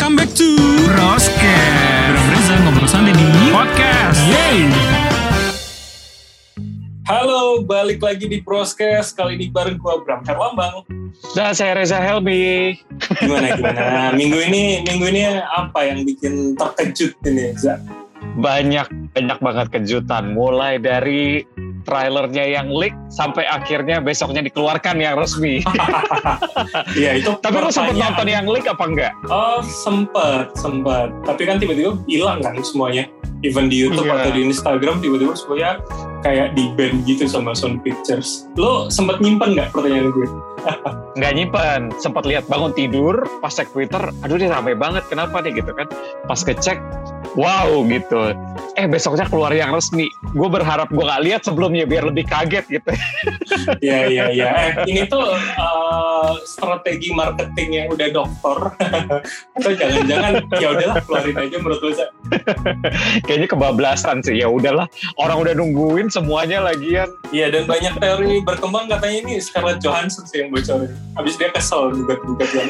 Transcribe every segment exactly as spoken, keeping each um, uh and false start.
Welcome back to Broscast. Bram Reza ngobrol santai di podcast. Yeay. Halo, balik lagi di Broscast. Kali ini bareng gua Bram Herlambang. Dan saya Reza Helmi. Gimana gimana? Minggu ini minggu ini apa yang bikin terkejut ini, Za? Banyak banyak banget kejutan, mulai dari trailernya yang leak sampai akhirnya besoknya dikeluarkan yang resmi. Iya itu. Tapi lu sempet nonton yang leak apa enggak? Oh sempet sempet. Tapi kan tiba-tiba hilang kan semuanya. Even di YouTube yeah. atau di Instagram tiba-tiba semuanya kayak di ban gitu sama Sony Pictures. Lo sempet nyimpen nggak pertanyaan gue? Nggak nyimpen, sempat lihat bangun tidur, pas cek Twitter, aduh ini rame banget, kenapa nih gitu kan? Pas ngecek, wow gitu. Eh besoknya keluar yang resmi. Gue berharap gue nggak lihat sebelumnya biar lebih kaget gitu. Iya iya iya. Eh ini tuh uh, strategi marketing yang udah dokter. Atau jangan-jangan ya udahlah keluarin aja menurut lo. Kayaknya kebablasan sih. Ya udahlah, orang udah nungguin semuanya lagian. Iya dan banyak teori berkembang katanya ini Scarlett Johansson sih yang bocorin. Habis dia kesel gugat-gugat kan.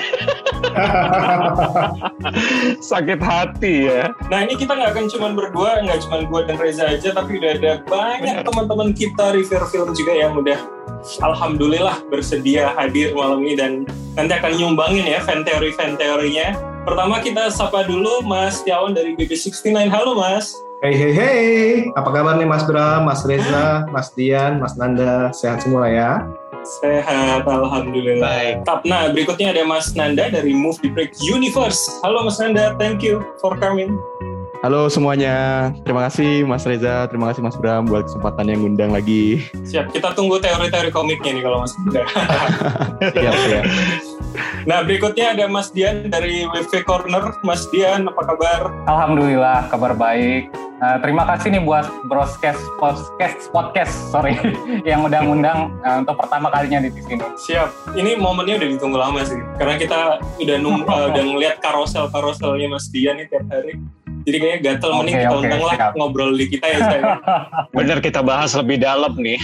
Sakit hati ya. Nah ini kita nggak akan cuma berdua, nggak cuma gue dan Reza aja, tapi udah ada banyak Benar. teman-teman kita reviewer film juga yang udah alhamdulillah bersedia hadir malam ini dan nanti akan nyumbangin ya fan teori-fan teorinya. Pertama kita sapa dulu Mas Tiawan dari B B enam puluh sembilan. Halo Mas. Hey hey hey, apa kabar nih Mas Bram, Mas Reza, Mas Dian, Mas Nanda, sehat semua ya? Sehat, alhamdulillah. Baik. Nah, berikutnya ada Mas Nanda dari Movie Break Universe. Halo Mas Nanda, thank you for coming. Halo semuanya, terima kasih Mas Reza, terima kasih Mas Bram buat kesempatan yang ngundang lagi. Siap, kita tunggu teori-teori komiknya nih kalau Mas Nanda. Siap, siap. Nah, berikutnya ada Mas Dian dari W V Corner. Mas Dian, apa kabar? Alhamdulillah, kabar baik. Uh, terima kasih nih buat Broscast podcast podcast sorry yang udah ngundang uh, untuk pertama kalinya di sini. Siap. Ini momennya udah ditunggu lama sih. Karena kita udah num uh, udah ngeliat karosel-karoselnya Mas Dian nih tiap hari. Jadi kayaknya gatel okay, mending kita okay, undang lah ngobrol di kita ya saya. Bener kita bahas lebih dalam nih.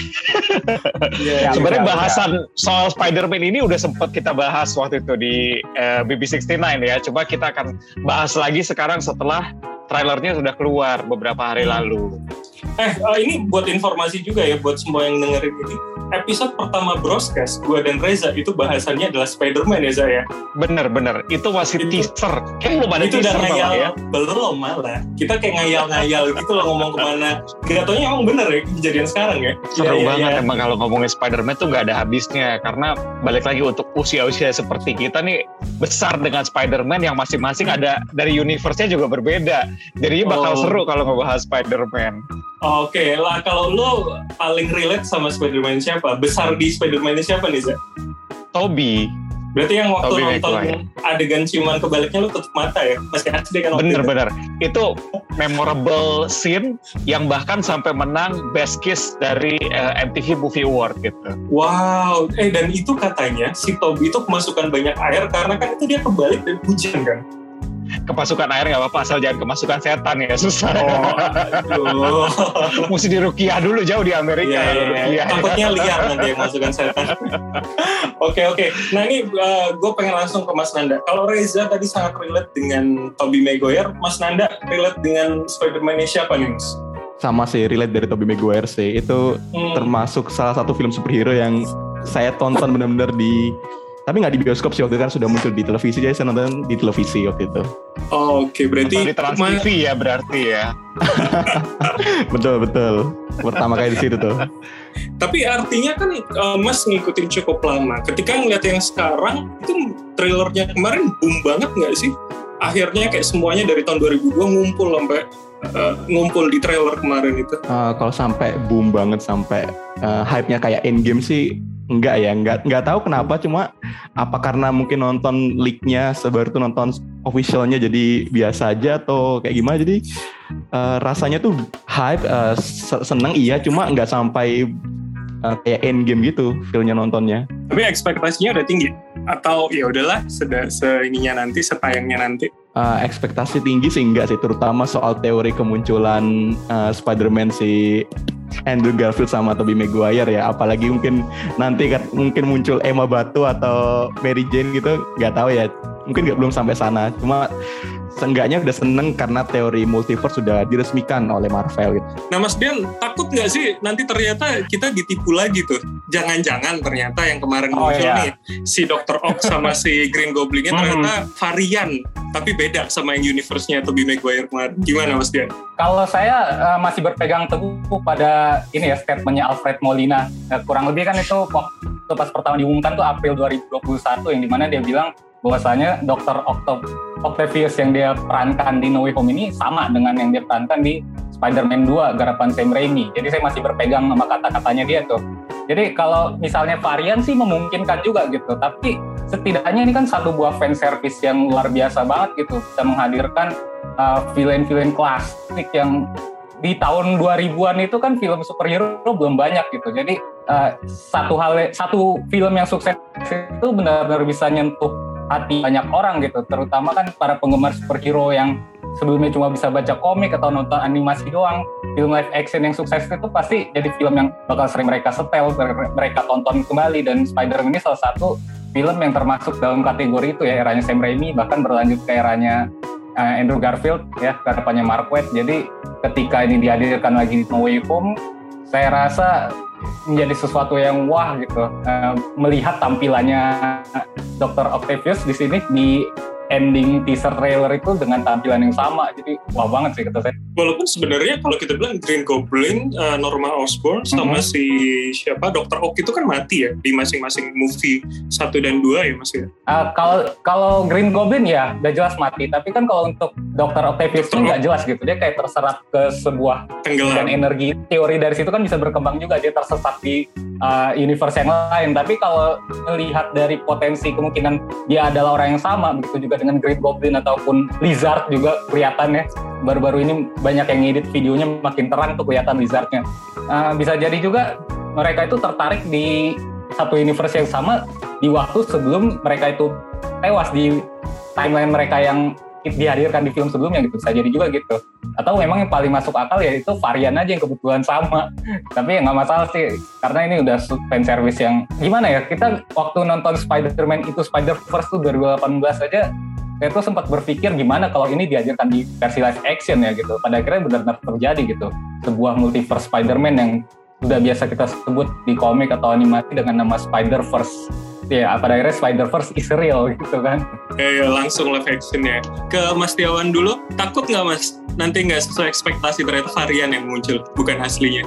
Yeah, sebenarnya bahasan ya. Soal Spider-Man ini udah sempat kita bahas waktu itu di uh, B B enam puluh sembilan ya. Coba kita akan bahas lagi sekarang setelah trailernya sudah keluar beberapa hari lalu. Eh, uh, ini buat informasi juga ya buat semua yang dengerin ini. Episode pertama Broscast, gue dan Reza itu bahasannya adalah Spider-Man ya saya. Bener-bener, itu masih itu, teaser. Kayak belum ada itu teaser udah ngayal, malah ya. Belum malah. Kita kayak ngayal-ngayal gitu loh ngomong kemana. Gatonya emang bener ya kejadian sekarang ya. Seru ya, banget ya, ya. Emang ya. Kalau ngomongin Spider-Man tuh gak ada habisnya. Karena balik lagi untuk usia-usia seperti kita nih besar dengan Spider-Man yang masing-masing ada dari universe-nya juga berbeda. Jadinya bakal oh. seru kalau ngebahas Spider-Man. Oke okay. lah, kalau lo paling relate sama Spider-Man siapa? Besar di Spider-Man siapa nih, Zak? Tobey. Berarti yang waktu Tobey nonton Maguire. Adegan ciuman kebaliknya lo tutup mata ya? Masih asli kan? Bener-bener. Itu memorable scene yang bahkan sampai menang Best Kiss dari uh, M T V Movie Award gitu. Wow. Eh dan itu katanya si Tobey itu kemasukan banyak air karena kan itu dia kebalik dan hujan kan? Kemasukan air nggak apa-apa asal jangan kemasukan setan ya susah. Oh, mesti dirukiah dulu jauh di Amerika. Yeah, yeah. Takutnya liar nanti yang masukan setan. Oke oke. Okay. Nah ini uh, gue pengen langsung ke Mas Nanda. Kalau Reza tadi sangat relate dengan Tobey Maguire, Mas Nanda relate dengan Spider-Man-nya siapa nih Mas? Sama sih, relate dari Tobey Maguire sih. Itu hmm. termasuk salah satu film superhero yang saya tonton benar-benar di tapi nggak di bioskop sih waktu itu kan sudah muncul di televisi, jadi saya nonton di televisi waktu itu. Oh, Oke, okay. berarti di Trans T V ya berarti ya. betul betul. Pertama kali di situ tuh. Tapi artinya kan uh, Mas ngikutin cukup lama. Ketika ngeliat yang sekarang itu trailernya kemarin boom banget nggak sih? Akhirnya kayak semuanya dari tahun dua ribu dua ngumpul sampai uh, ngumpul di trailer kemarin itu. Uh, kalau sampai boom banget sampai uh, hype-nya kayak Endgame sih. Enggak ya, enggak enggak tahu kenapa, cuma apa karena mungkin nonton leak-nya sebaru tuh nonton official-nya jadi biasa aja atau kayak gimana, jadi uh, rasanya tuh hype, uh, seneng iya, cuma enggak sampai uh, kayak Endgame gitu feelnya nontonnya. Tapi ekspektasinya udah tinggi atau ya udahlah seda seininya nanti setayangnya nanti? Uh, ekspektasi tinggi sih enggak sih, terutama soal teori kemunculan uh, Spider-Man si Andrew Garfield sama Tobey Maguire ya, apalagi mungkin nanti kan mungkin muncul Emma Batu atau Mary Jane gitu, nggak tahu ya. mungkin nggak belum sampai sana. Cuma seenggaknya udah seneng karena teori multiverse sudah diresmikan oleh Marvel gitu. Nah Mas Dian, takut nggak sih nanti ternyata kita ditipu lagi tuh? Jangan-jangan ternyata yang kemarin oh, muncul iya. nih, si dokter Ock sama si Green Goblin-nya ternyata varian, tapi beda sama yang universe-nya Tobey Maguire kemarin. Gimana Mas Dian? Kalau saya uh, masih berpegang teguh pada ini ya statementnya Alfred Molina. Uh, kurang lebih kan itu waktu pas pertama diumumkan tuh April dua ribu dua puluh satu yang dimana dia bilang bahwasanya dokter Octavius yang dia perankan di No Way Home ini sama dengan yang dia perankan di Spider-Man dua garapan Sam Raimi. Jadi saya masih berpegang sama kata-katanya dia tuh. Jadi kalau misalnya varian sih memungkinkan juga gitu. Tapi setidaknya ini kan satu buah fan service yang luar biasa banget gitu. Bisa menghadirkan uh, villain-villain klasik yang di tahun dua ribuan itu kan film superhero belum banyak gitu. Jadi uh, satu hal satu film yang sukses itu benar-benar bisa nyentuh hati banyak orang gitu, terutama kan para penggemar superhero yang sebelumnya cuma bisa baca komik atau nonton animasi doang. Film live action yang sukses itu pasti jadi film yang bakal sering mereka setel, mereka tonton kembali. Dan Spider-Man ini salah satu film yang termasuk dalam kategori itu ya, eranya Sam Raimi, bahkan berlanjut ke eranya uh, Andrew Garfield ya, harapannya Mark Waid. Jadi ketika ini dihadirkan lagi di No Way Home, saya rasa menjadi sesuatu yang wah gitu, uh, melihat tampilannya dokter Octavius di sini di ending teaser trailer itu dengan tampilan yang sama, jadi wah banget sih kata saya. Walaupun sebenarnya kalau kita bilang Green Goblin, uh, Norman Osborn sama mm-hmm. si siapa dokter Ock itu kan mati ya di masing-masing movie satu dan dua ya Mas ya. Uh, kalau kalau Green Goblin ya udah jelas mati, tapi kan kalau untuk dokter Octavius itu nggak jelas gitu, dia kayak terserap ke sebuah dan energi. Teori dari situ kan bisa berkembang juga, dia tersesat di uh, universe yang lain. Tapi kalau melihat dari potensi kemungkinan dia adalah orang yang sama, begitu juga dengan Green Goblin ataupun Lizard juga kelihatan ya. Baru-baru ini banyak yang ngedit videonya makin terang tuh kelihatan Lizardnya. Uh, bisa jadi juga mereka itu tertarik di satu universe yang sama di waktu sebelum mereka itu tewas di timeline mereka yang dihadirkan di film sebelumnya gitu. Bisa jadi juga gitu. Atau memang yang paling masuk akal ya itu varian aja yang kebetulan sama. Tapi ya nggak masalah sih, karena ini udah fan service yang gimana ya, kita waktu nonton Spider-Man itu Spider-Verse tuh dua ribu delapan belas aja, saya tuh sempat berpikir gimana kalau ini dihadirkan di versi live action ya gitu. Pada akhirnya benar-benar terjadi gitu, sebuah multiverse Spider-Man yang udah biasa kita sebut di komik atau animasi dengan nama Spider-Verse. Ya, pada akhirnya Spider-Verse is real gitu kan. Ya, ya langsung live action ya. Ke Mas Tiawan dulu, takut nggak Mas? Nanti nggak sesuai ekspektasi ternyata varian yang muncul, bukan aslinya.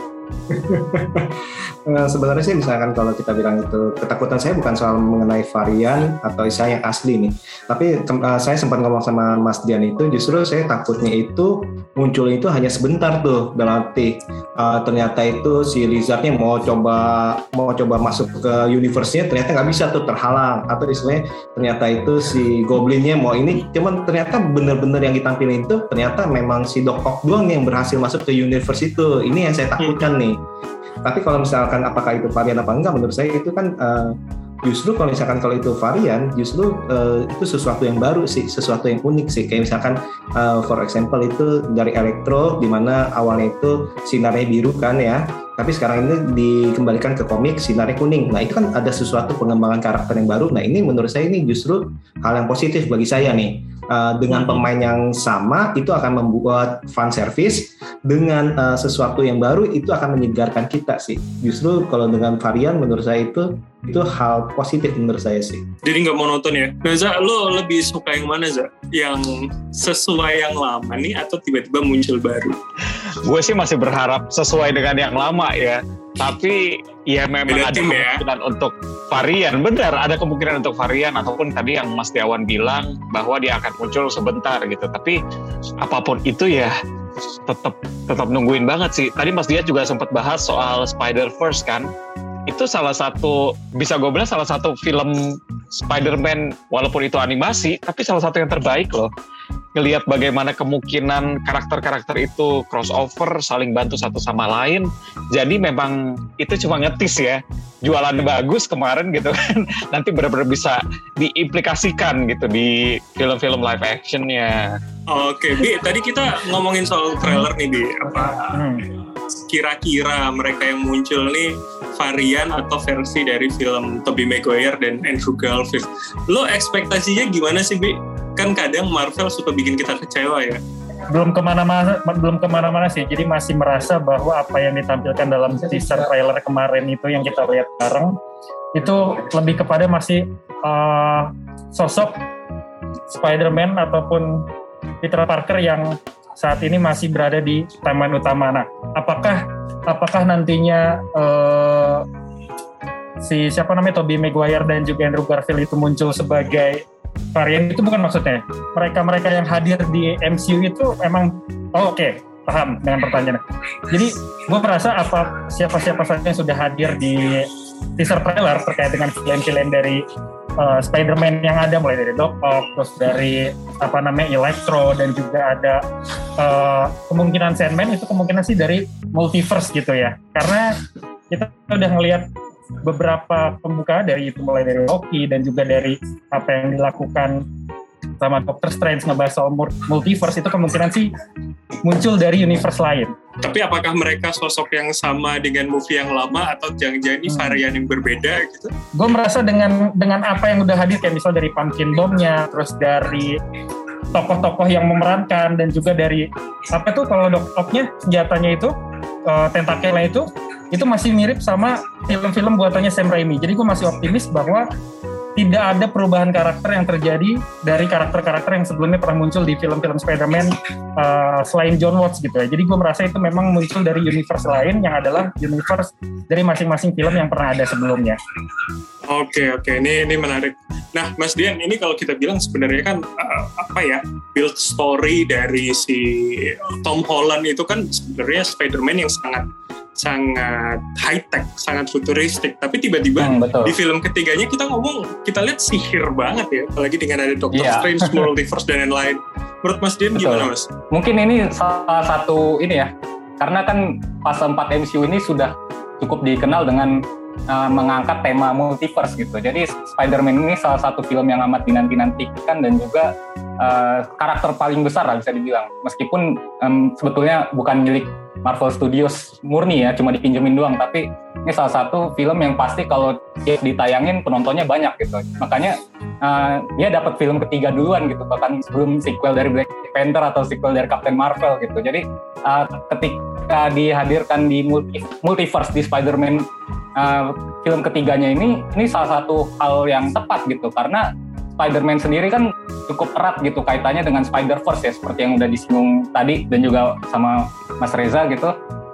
Nah, sebenarnya sih misalkan kalau kita bilang itu ketakutan saya bukan soal mengenai varian atau saya yang asli nih, tapi uh, saya sempat ngomong sama Mas Dian itu justru saya takutnya itu muncul itu hanya sebentar tuh, dalam arti uh, ternyata itu si Lizardnya mau coba mau coba masuk ke universe-nya ternyata nggak bisa tuh, terhalang, atau istilahnya ternyata itu si Goblinnya mau ini, cuman ternyata bener-bener yang ditampilin itu ternyata memang si Doc Ock doang yang berhasil masuk ke universe itu. Ini yang saya takutkan nih. Tapi kalau misalkan apakah itu varian apa enggak, menurut saya itu kan uh, justru kalau misalkan kalau itu varian, justru uh, itu sesuatu yang baru sih, sesuatu yang unik sih. Kayak misalkan uh, for example itu dari Electro, di mana awalnya itu sinarnya biru kan ya, tapi sekarang ini dikembalikan ke komik sinarnya kuning. Nah itu kan ada sesuatu pengembangan karakter yang baru. Nah ini menurut saya ini justru hal yang positif bagi saya nih. Uh, dengan pemain yang sama itu akan membuat fan service, dengan uh, sesuatu yang baru itu akan menyegarkan kita sih. Justru kalau dengan varian menurut saya itu itu hal positif menurut saya sih. Jadi nggak monoton ya. Nah Za, lo lebih suka yang mana Za? Yang sesuai yang lama nih atau tiba-tiba muncul baru? Gue sih masih berharap sesuai dengan yang lama ya. Tapi ya memang Beda ada kemungkinan ya? Untuk varian. Benar, ada kemungkinan untuk varian. Ataupun tadi yang Mas Tiawan bilang bahwa dia akan muncul sebentar gitu. Tapi apapun itu ya tetap tetap nungguin banget sih. Tadi Mas Dia juga sempat bahas soal Spider-Verse kan. Itu salah satu, bisa gue bilang salah satu film Spider-Man, walaupun itu animasi, tapi salah satu yang terbaik loh. Ngelihat bagaimana kemungkinan karakter-karakter itu crossover, saling bantu satu sama lain. Jadi memang itu cuma ngetis ya. Jualan bagus kemarin gitu kan. Nanti benar-benar bisa diimplikasikan gitu di film-film live actionnya. Oke, Bi, tadi kita ngomongin soal trailer nih, Bi. Apa? kira-kira mereka yang muncul nih varian atau versi dari film Tobey Maguire dan Andrew Garfield. Lo ekspektasinya gimana sih, Bi? Kan kadang Marvel suka bikin kita kecewa ya. Belum kemana-mana, belum kemana-mana sih. Jadi masih merasa bahwa apa yang ditampilkan dalam teaser trailer kemarin itu yang kita lihat bareng itu lebih kepada masih uh, sosok Spider-Man ataupun Peter Parker yang saat ini masih berada di timeline utama. Nah, apakah apakah nantinya uh, si siapa namanya Tobey Maguire dan juga Andrew Garfield itu muncul sebagai varian, itu bukan maksudnya. Mereka-mereka yang hadir di M C U itu emang oh, oke, okay, paham dengan pertanyaannya. Jadi gue merasa apa siapa-siapa saja yang sudah hadir di teaser trailer terkait dengan villain-villain dari uh, Spider-Man yang ada, mulai dari Doc Ock, terus dari apa namanya Electro, dan juga ada uh, kemungkinan Sandman, itu kemungkinan sih dari multiverse gitu ya. Karena kita udah ngelihat beberapa pembuka dari itu, mulai dari Loki dan juga dari apa yang dilakukan sama Doctor Strange ngebahas soal multiverse, itu kemungkinan sih muncul dari universe lain. Tapi apakah mereka sosok yang sama dengan movie yang lama atau jangan-jangan ini varian yang berbeda gitu? Gue merasa dengan dengan apa yang udah hadir, kayak misal dari Pumpkin Bomb-nya, terus dari tokoh-tokoh yang memerankan, dan juga dari apa tuh kalau Doc Ock-nya senjatanya itu uh, tentakelnya itu itu masih mirip sama film-film buatannya Sam Raimi. Jadi gue masih optimis bahwa tidak ada perubahan karakter yang terjadi dari karakter-karakter yang sebelumnya pernah muncul di film-film Spider-Man uh, selain John Watts gitu ya. Jadi gue merasa itu memang muncul dari universe lain yang adalah universe dari masing-masing film yang pernah ada sebelumnya. Oke oke, ini ini menarik. Nah, Mas Dian, ini kalau kita bilang sebenarnya kan uh, apa ya, build story dari si Tom Holland itu kan sebenarnya Spider-Man yang sangat sangat high tech, sangat futuristik. Tapi tiba-tiba hmm, di film ketiganya kita ngomong, kita lihat sihir banget ya, apalagi dengan ada Doctor yeah. Strange, Multiverse dan lain-lain. Menurut Mas Dian gimana, Mas? Mungkin ini salah satu ini ya, karena kan fase empat M C U ini sudah cukup dikenal dengan uh, mengangkat tema multiverse gitu. Jadi Spider-Man ini salah satu film yang amat dinanti-nantikan dan juga uh, karakter paling besar lah bisa dibilang. Meskipun um, sebetulnya bukan milik Marvel Studios murni ya, cuma dipinjemin doang, tapi ini salah satu film yang pasti kalau dia ditayangin penontonnya banyak gitu. Makanya uh, dia dapat film ketiga duluan gitu, bahkan sebelum sequel dari Black Panther atau sequel dari Captain Marvel gitu. Jadi uh, ketika dihadirkan di multi, multiverse di Spider-Man uh, film ketiganya ini, ini salah satu hal yang tepat gitu, karena Spider-Man sendiri kan cukup erat gitu kaitannya dengan Spider-Verse ya, seperti yang udah disinggung tadi dan juga sama Mas Reza gitu.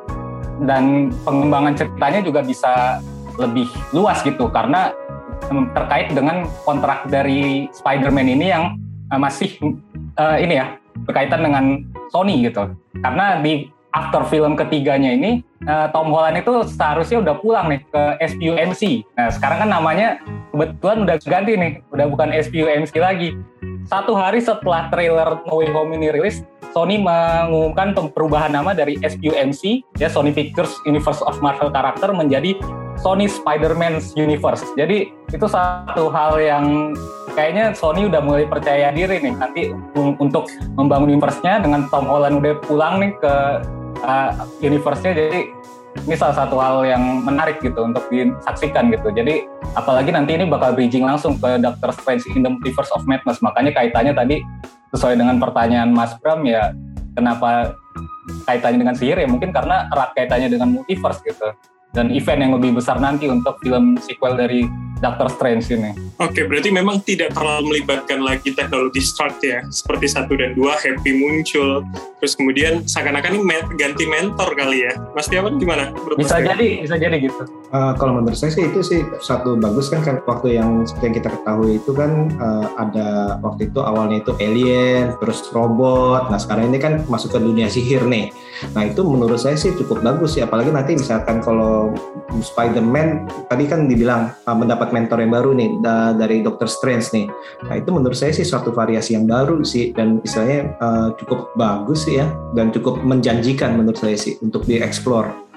Dan pengembangan ceritanya juga bisa lebih luas gitu, karena terkait dengan kontrak dari Spider-Man ini yang masih uh, ini ya, berkaitan dengan Sony gitu. Karena di after film ketiganya ini, uh, Tom Holland itu seharusnya udah pulang nih ke S P U M C. Nah sekarang kan namanya kebetulan udah ganti nih, udah bukan S P U M C lagi. Satu hari setelah trailer No Way Home ini rilis, Sony mengumumkan perubahan nama dari S P U M C, ya Sony Pictures Universe of Marvel Character, menjadi Sony Spider-Man's Universe. Jadi itu satu hal yang kayaknya Sony udah mulai percaya diri nih nanti untuk membangun universe-nya dengan Tom Holland udah pulang nih ke uh, universe-nya. Jadi ini salah satu hal yang menarik gitu untuk disaksikan gitu. Jadi apalagi nanti ini bakal bridging langsung ke Doctor Strange in the Multiverse of Madness. Makanya kaitannya tadi sesuai dengan pertanyaan Mas Bram ya, kenapa kaitannya dengan sihir ya, mungkin karena erat kaitannya dengan multiverse gitu. Dan event yang lebih besar nanti untuk film sequel dari Doctor Strange ini. Oke, berarti memang tidak terlalu melibatkan lagi teknologi Stark ya, seperti satu dan dua Happy muncul, terus kemudian seakan-akan ini ganti mentor kali ya. Mas Tiawan gimana? Bisa saya? jadi, bisa jadi gitu. Uh, kalau menurut saya sih itu sih satu bagus kan, kan waktu yang seperti yang kita ketahui itu kan uh, ada waktu itu awalnya itu alien, terus robot. Nah sekarang ini kan masuk ke dunia sihir nih. Nah itu menurut saya sih cukup bagus sih, apalagi nanti misalkan kalau Spider-Man tadi kan dibilang uh, mendapat mentor yang baru nih da- dari Doctor Strange nih. Nah itu menurut saya sih suatu variasi yang baru sih, dan istilahnya uh, cukup bagus sih ya, dan cukup menjanjikan menurut saya sih untuk dieksplor.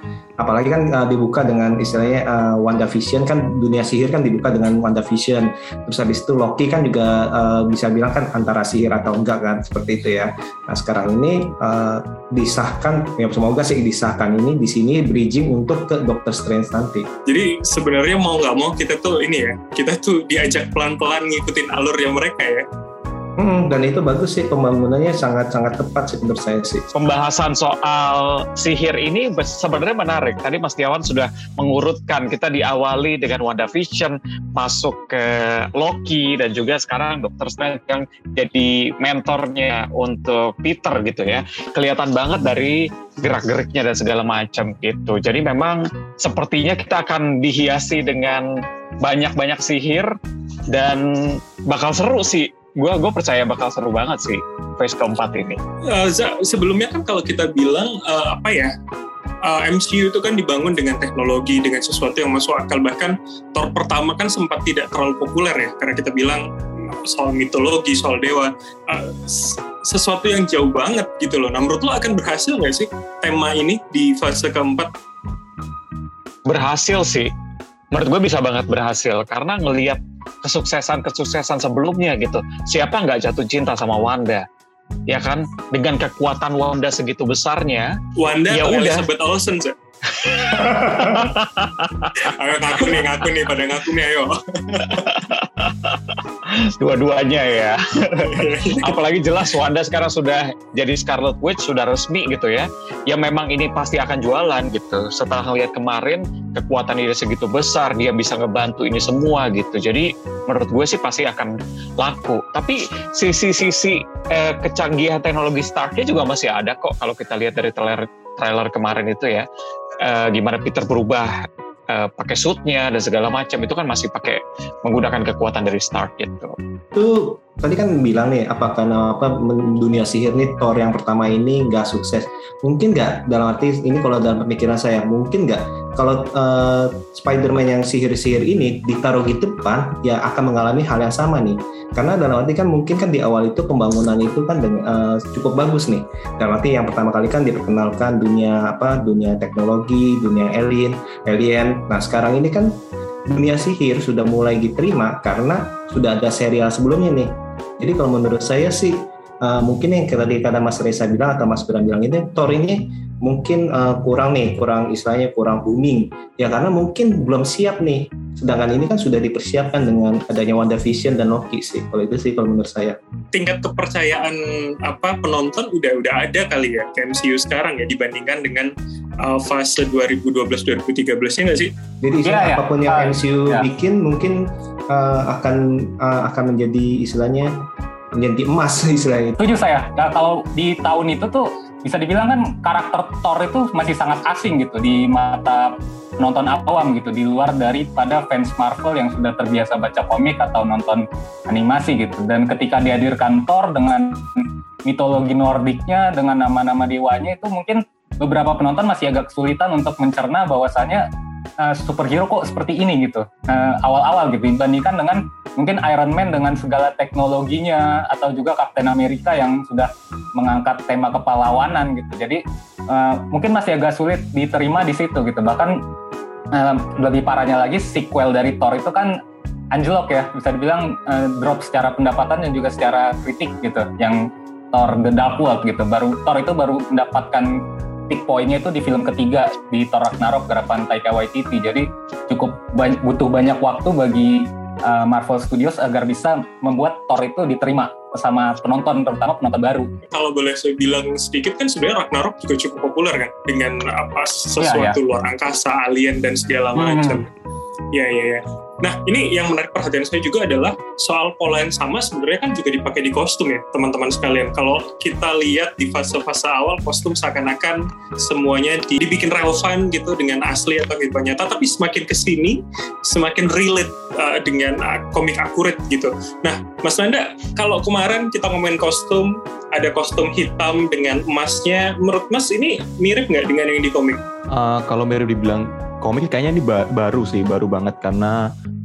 Apalagi kan uh, dibuka dengan istilahnya uh, WandaVision kan, dunia sihir kan dibuka dengan WandaVision. Terus habis itu Loki kan juga uh, bisa bilang kan antara sihir atau enggak kan, seperti itu ya. Nah sekarang ini uh, disahkan, ya semoga sih disahkan ini di sini bridging untuk ke Doctor Strange nanti. Jadi sebenarnya mau nggak mau kita tuh ini ya, kita tuh diajak pelan-pelan ngikutin alurnya mereka ya. Hmm, dan itu bagus sih, pembangunannya sangat-sangat tepat sih menurut saya sih. Pembahasan soal sihir ini sebenarnya menarik. Tadi Mas Tiawan sudah mengurutkan, kita diawali dengan WandaVision, masuk ke Loki, dan juga sekarang Doctor Strange yang jadi mentornya untuk Peter gitu ya. Kelihatan banget dari gerak-geriknya dan segala macam gitu. Jadi memang sepertinya kita akan dihiasi dengan banyak-banyak sihir dan bakal seru sih. Gue gue percaya bakal seru banget sih phase keempat ini. Uh, sebelumnya kan kalau kita bilang uh, apa ya, uh, M C U itu kan dibangun dengan teknologi, dengan sesuatu yang masuk akal. Bahkan Thor pertama kan sempat tidak terlalu populer ya, karena kita bilang soal mitologi, soal dewa, uh, sesuatu yang jauh banget gitu loh. Nah menurut lo akan berhasil nggak sih tema ini di fase keempat? Berhasil sih. Menurut gue bisa banget berhasil, karena ngelihat kesuksesan-kesuksesan sebelumnya gitu. Siapa nggak jatuh cinta sama Wanda? Ya kan? Dengan kekuatan Wanda segitu besarnya. Wanda ya atau udah. Elizabeth Olsen sih? Ayo ngaku nih, ngaku nih, pada ngaku nih ayo. Dua-duanya ya. Apalagi jelas Wanda sekarang sudah jadi Scarlet Witch, sudah resmi gitu ya. Ya memang ini pasti akan jualan gitu. Setelah ngeliat kemarin kekuatan dia segitu besar, dia bisa ngebantu ini semua gitu. Jadi menurut gue sih pasti akan laku. Tapi sisi-sisi eh, kecanggihan teknologi Starknya juga masih ada kok. Kalau kita lihat dari trailer trailer kemarin itu ya, eh, gimana Peter berubah Uh, pakai suitnya dan segala macam, itu kan masih pakai menggunakan kekuatan dari Stark gitu. Itu tadi kan bilang nih, apa karena apa dunia sihir nih Thor yang pertama ini nggak sukses? Mungkin nggak, dalam arti ini kalau dalam pemikiran saya, mungkin nggak kalau uh, Spider-Man yang sihir-sihir ini ditaruh di depan, ya akan mengalami hal yang sama nih. Karena dalam arti kan mungkin kan di awal itu pembangunan itu kan dengan, uh, cukup bagus nih. Dalam arti yang pertama kali kan diperkenalkan dunia apa, dunia teknologi, dunia alien, alien. Nah sekarang ini kan dunia sihir sudah mulai diterima karena sudah ada serial sebelumnya nih. Jadi kalau menurut saya sih uh, mungkin yang tadi kata Mas Reza bilang atau Mas Bram bilang ini Thor ini mungkin uh, kurang nih, kurang istilahnya kurang booming. Ya karena mungkin belum siap nih. Sedangkan ini kan sudah dipersiapkan dengan adanya WandaVision dan Loki sih. Kalau itu sih kalau menurut saya. Tingkat kepercayaan apa penonton udah udah ada kali ya ke M C U sekarang ya dibandingkan dengan uh, fase dua ribu dua belas dua ribu tiga belas ya nggak sih? Jadi ya, apapun ya. yang uh, M C U ya. bikin mungkin uh, akan uh, akan menjadi istilahnya menjadi emas istilahnya. Setuju saya. Nah, kalau di tahun itu tuh bisa dibilang kan karakter Thor itu masih sangat asing gitu di mata penonton awam gitu, di luar daripada fans Marvel yang sudah terbiasa baca komik atau nonton animasi gitu. Dan ketika dihadirkan Thor dengan mitologi Nordiknya, dengan nama-nama dewanya, itu mungkin beberapa penonton masih agak kesulitan untuk mencerna bahwasannya uh, superhero kok seperti ini gitu uh, awal-awal gitu, dibandingkan dengan mungkin Iron Man dengan segala teknologinya, atau juga Captain America yang sudah mengangkat tema kepahlawanan gitu. Jadi uh, mungkin masih agak sulit diterima di situ gitu. Bahkan uh, lebih parahnya lagi, sequel dari Thor itu kan anjlok ya, bisa dibilang uh, drop secara pendapatan dan juga secara kritik gitu. Yang Thor The Dark World gitu, baru Thor itu baru mendapatkan peak point-nya itu di film ketiga di Thor Ragnarok garapan Taika Waititi. Jadi cukup banyak, butuh banyak waktu bagi uh, Marvel Studios agar bisa membuat Thor itu diterima sama penonton, terutama penonton baru. Kalau boleh saya bilang sedikit kan sebenarnya Ragnarok juga cukup populer kan dengan apa sesuatu ya, ya. luar angkasa, alien dan segala macam. Hmm. Ya ya ya. Nah ini yang menarik perhatian saya juga adalah soal pola yang sama sebenarnya kan juga dipakai di kostum ya teman-teman sekalian. Kalau kita lihat di fase-fase awal kostum seakan-akan semuanya dibikin relevan gitu dengan asli atau kehidupan nyata, tapi semakin kesini semakin relate uh, dengan uh, komik akurat gitu. Nah Mas Nanda, kalau kemarin kita ngomongin kostum, ada kostum hitam dengan emasnya, menurut Mas ini mirip nggak dengan yang di komik? Uh, kalau mirip dibilang komik kayaknya ini ba- baru sih, baru banget karena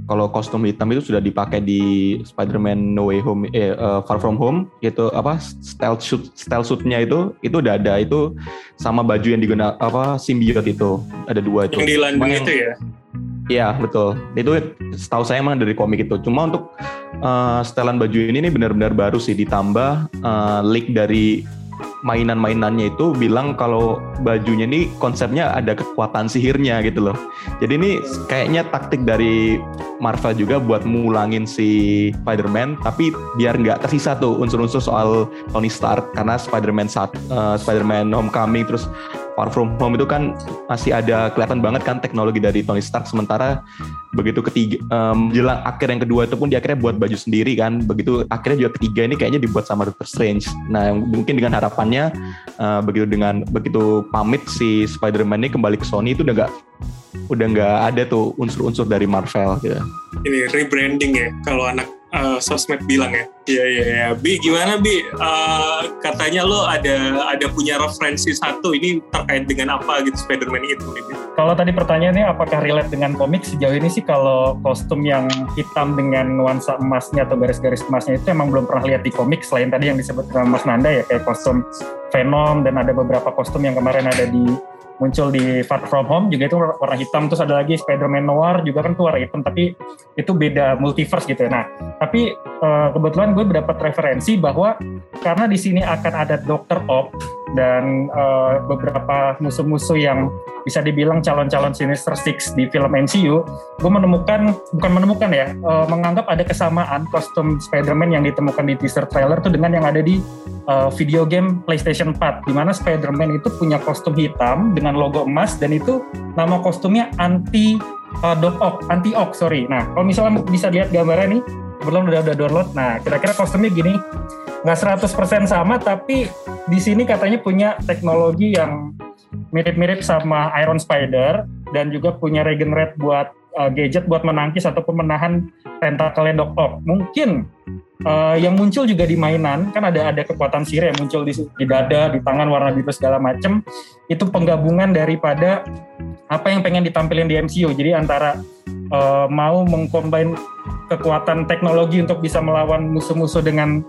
kalau kostum hitam itu sudah dipakai di Spider-Man No Way Home, eh, uh, Far From Home, gitu apa stealth suit, stealth suit-nya itu itu udah ada, itu sama baju yang digunakan apa symbiote itu ada dua itu. Yang di London itu ya? Iya betul. Itu setahu saya emang dari komik itu. Cuma untuk uh, setelan baju ini nih benar-benar baru sih, ditambah uh, leak dari mainan-mainannya itu bilang kalau bajunya ini konsepnya ada kekuatan sihirnya gitu loh. Jadi ini kayaknya taktik dari Marvel juga buat ngulangin si Spider-Man, tapi biar nggak tersisa tuh unsur-unsur soal Tony Stark, karena Spider-Man saat uh, Spider-Man Homecoming terus Far From Home itu kan masih ada kelihatan banget kan teknologi dari Tony Stark, sementara begitu ketiga um, jelang akhir yang kedua itu pun dia akhirnya buat baju sendiri kan, begitu akhirnya juga ketiga ini kayaknya dibuat sama Doctor Strange. Nah mungkin dengan harapannya uh, begitu dengan begitu pamit si Spider-Man ini kembali ke Sony itu udah nggak udah nggak ada tuh unsur-unsur dari Marvel gitu. Ini rebranding ya kalau anak uh, sosmed bilang ya. Iya iya iya. Bi gimana Bi? Uh, katanya lo ada ada punya referensi satu, ini terkait dengan apa gitu Spider-Man itu? Gitu. Kalau tadi pertanyaannya apakah relate dengan komik, sejauh ini sih kalau kostum yang hitam dengan nuansa emasnya atau garis-garis emasnya itu emang belum pernah lihat di komik, selain tadi yang disebut sama Mas Nanda ya, kayak kostum Venom, dan ada beberapa kostum yang kemarin ada di muncul di Far From Home juga itu warna hitam, terus ada lagi Spider-Man Noir juga kan itu warna hitam, tapi itu beda multiverse gitu ya. Nah, tapi uh, kebetulan gue mendapat referensi bahwa karena di sini akan ada Doctor Ock dan uh, beberapa musuh-musuh yang bisa dibilang calon-calon Sinister Six di film M C U, gue menemukan, bukan menemukan ya, uh, menganggap ada kesamaan kostum Spider-Man yang ditemukan di teaser trailer tuh dengan yang ada di uh, video game PlayStation empat, di mana Spider-Man itu punya kostum hitam dengan logo emas, dan itu nama kostumnya anti uh, Doc Ock, anti Ock, sorry. Nah, kalau misalnya bisa lihat gambarnya nih, belum udah udah download. Nah, kira-kira kostumnya gini, nggak seratus persen sama, tapi di sini katanya punya teknologi yang mirip-mirip sama Iron Spider, dan juga punya regenerate buat uh, gadget buat menangkis ataupun menahan tentakelnya Doc Ock. Mungkin uh, yang muncul juga di mainan, kan ada ada kekuatan sihir yang muncul di, di dada, di tangan warna biru segala macem. Itu penggabungan daripada apa yang pengen ditampilin di M C U. Jadi antara uh, mau mengcombine kekuatan teknologi untuk bisa melawan musuh-musuh dengan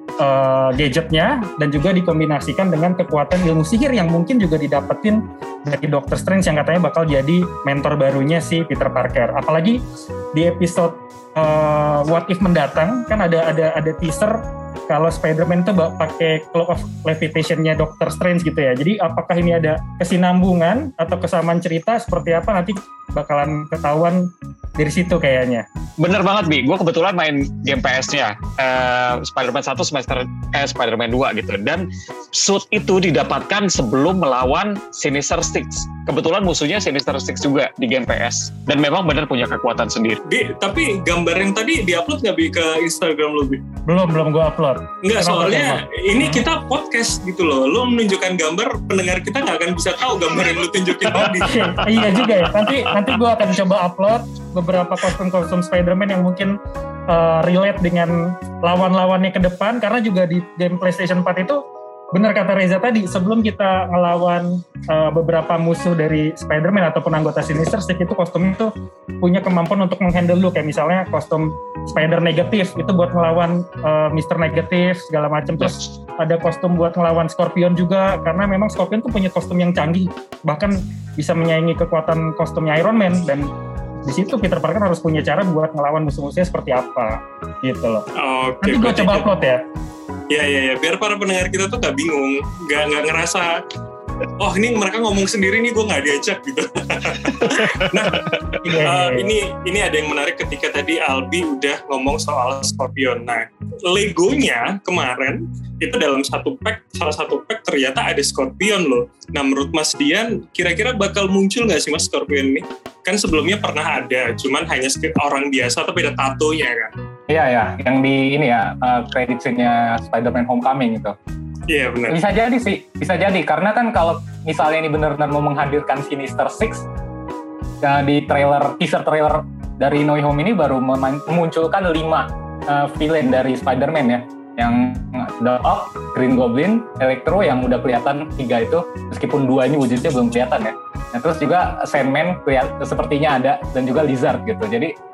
uh, gadgetnya, dan juga dikombinasikan dengan kekuatan ilmu sihir yang mungkin juga didapetin dari Doctor Strange yang katanya bakal jadi mentor barunya si Peter Parker. Apalagi di episode uh, What If mendatang kan ada ada ada teaser kalau Spider-Man itu pakai Cloak of Levitation-nya Doctor Strange gitu ya. Jadi apakah ini ada kesinambungan atau kesamaan cerita seperti apa, nanti bakalan ketahuan dari situ kayaknya. Bener banget Bi, gue kebetulan main game P S-nya uh, Spider-Man satu semester eh Spider-Man dua gitu, dan suit itu didapatkan sebelum melawan Sinister Six. Kebetulan musuhnya Sinister Six juga di game P S, dan memang bener punya kekuatan sendiri. Bi, tapi gambar yang tadi diupload nggak Bi ke Instagram lo Bi? Belum, belum gue upload. Enggak, soalnya ini hmm. kita podcast gitu loh, lo menunjukkan gambar, pendengar kita nggak akan bisa tahu gambar yang lo tunjukin tadi. Iya juga ya, nanti nanti gue akan coba upload beberapa kostum-kostum Spider-Man yang mungkin uh, relate dengan lawan-lawannya ke depan, karena juga di game PlayStation empat itu benar kata Reza tadi, sebelum kita ngelawan uh, beberapa musuh dari Spider-Man ataupun anggota Sinister Six, itu kostum itu punya kemampuan untuk menghandle lu, kayak misalnya kostum Spider Negatif itu buat ngelawan uh, Mister Negatif segala macam. Terus ada kostum buat ngelawan Scorpion juga, karena memang Scorpion tuh punya kostum yang canggih, bahkan bisa menyaingi kekuatan kostumnya Iron Man, dan di situ Peter Parker harus punya cara buat ngelawan musuh-musuhnya seperti apa gitu loh. Oke, nanti gue coba upload ya. Ya ya ya, biar para pendengar kita tuh gak bingung, gak nggak ngerasa, oh ini mereka ngomong sendiri nih, gue nggak diajak gitu. Nah, yeah, uh, yeah. ini ini ada yang menarik ketika tadi Albi udah ngomong soal Scorpion. Nah, Legonya kemarin itu dalam satu pack, salah satu pack ternyata ada Scorpion loh. Nah, menurut Mas Dian, kira-kira bakal muncul nggak sih Mas Scorpion ini? Kan sebelumnya pernah ada, cuman hanya orang biasa tapi ada tatonya kan? Iya ya, yang di ini ya uh, credit scene-nya Spider-Man Homecoming itu. Iya benar. Bisa jadi sih, bisa jadi karena kan kalau misalnya ini benar-benar mau menghadirkan Sinister Six, uh, di trailer teaser trailer dari No Way Home ini baru memunculkan lima uh, villain dari Spider-Man ya, yang Doc Ock, Green Goblin, Electro yang udah kelihatan tiga itu, meskipun dua ini wujudnya belum kelihatan ya. Nah, terus juga Sandman sepertinya ada, dan juga Lizard gitu. Jadi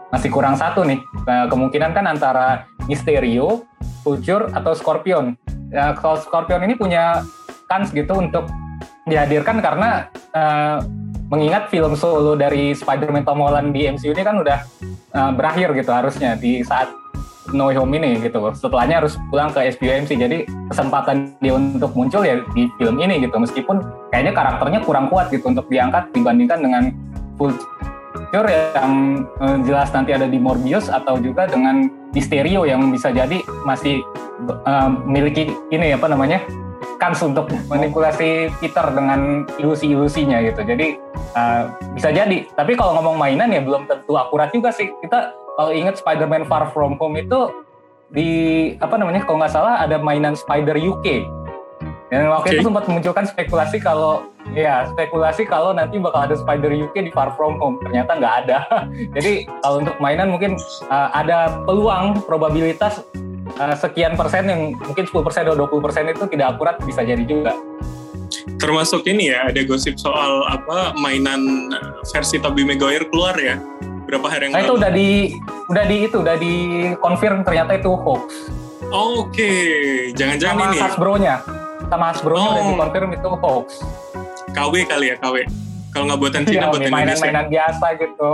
masih kurang satu nih. Nah, kemungkinan kan antara Mysterio, Vulture atau Scorpion. Ya, kalau Scorpion ini punya kans gitu untuk dihadirkan karena uh, mengingat film solo dari Spider-Man Tom Holland di M C U ini kan udah uh, berakhir gitu harusnya di saat No Way Home ini gitu. Setelahnya harus pulang ke S P U M C. Jadi kesempatan dia untuk muncul ya di film ini gitu. Meskipun kayaknya karakternya kurang kuat gitu untuk diangkat dibandingkan dengan Vulture yang uh, jelas nanti ada di Morbius atau juga dengan Mysterio yang bisa jadi masih uh, memiliki ini apa namanya kans untuk manipulasi Peter dengan ilusi-ilusinya gitu. Jadi uh, bisa jadi. Tapi kalau ngomong mainan ya belum tentu akurat juga sih. Kita kalau ingat Spider-Man Far From Home itu di apa namanya kalau nggak salah ada mainan Spider U K. Dan waktu okay. itu sempat memunculkan spekulasi kalau ya spekulasi kalau nanti bakal ada Spider U K di Far From Home. Ternyata nggak ada. Jadi kalau untuk mainan mungkin uh, ada peluang probabilitas uh, sekian persen yang mungkin sepuluh persen atau dua puluh persen itu tidak akurat bisa jadi juga. Termasuk ini ya ada gosip soal apa mainan versi Tobey Maguire keluar ya berapa hari yang nah, lalu. Itu udah di udah di itu udah di confirm ternyata itu hoax. Oh, Oke, okay. Jangan-jangan sama ini. Hasbro-nya. Sama Hasbro-nya oh. udah dikonfirm itu hoax. K W kali ya, K W. Kalau nggak buatan Cina, ya, buatan mainan, Indonesia. Mainan biasa gitu.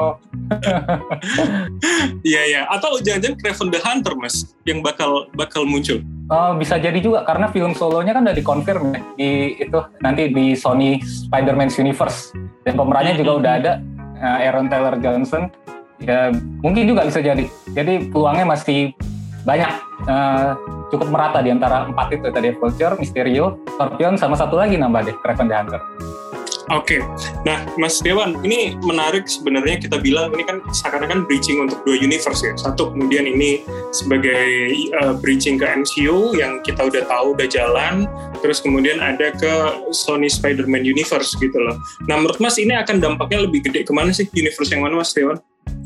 Iya, iya. Atau jangan-jangan Kraven the Hunter, Mas, yang bakal bakal muncul. Oh, bisa jadi juga, karena film solonya kan udah dikonfirm ya, di itu nanti di Sony Spider-Man's Universe. Dan pemerannya juga udah ada, uh, Aaron Taylor Johnson. Ya, mungkin juga bisa jadi. Jadi peluangnya masih banyak, uh, cukup merata di antara empat itu tadi, Vulture, Mysterio, Scorpion, sama satu lagi nambah deh, Kraven the Hunter. Oke, okay. Nah Mas Dewan, ini menarik sebenarnya kita bilang ini kan seakan-akan bridging untuk dua universe ya. Satu kemudian ini sebagai uh, bridging ke M C U yang kita udah tahu udah jalan, terus kemudian ada ke Sony Spider-Man Universe gitu loh. Nah menurut Mas ini akan dampaknya lebih gede kemana sih, universe yang mana Mas Dewan?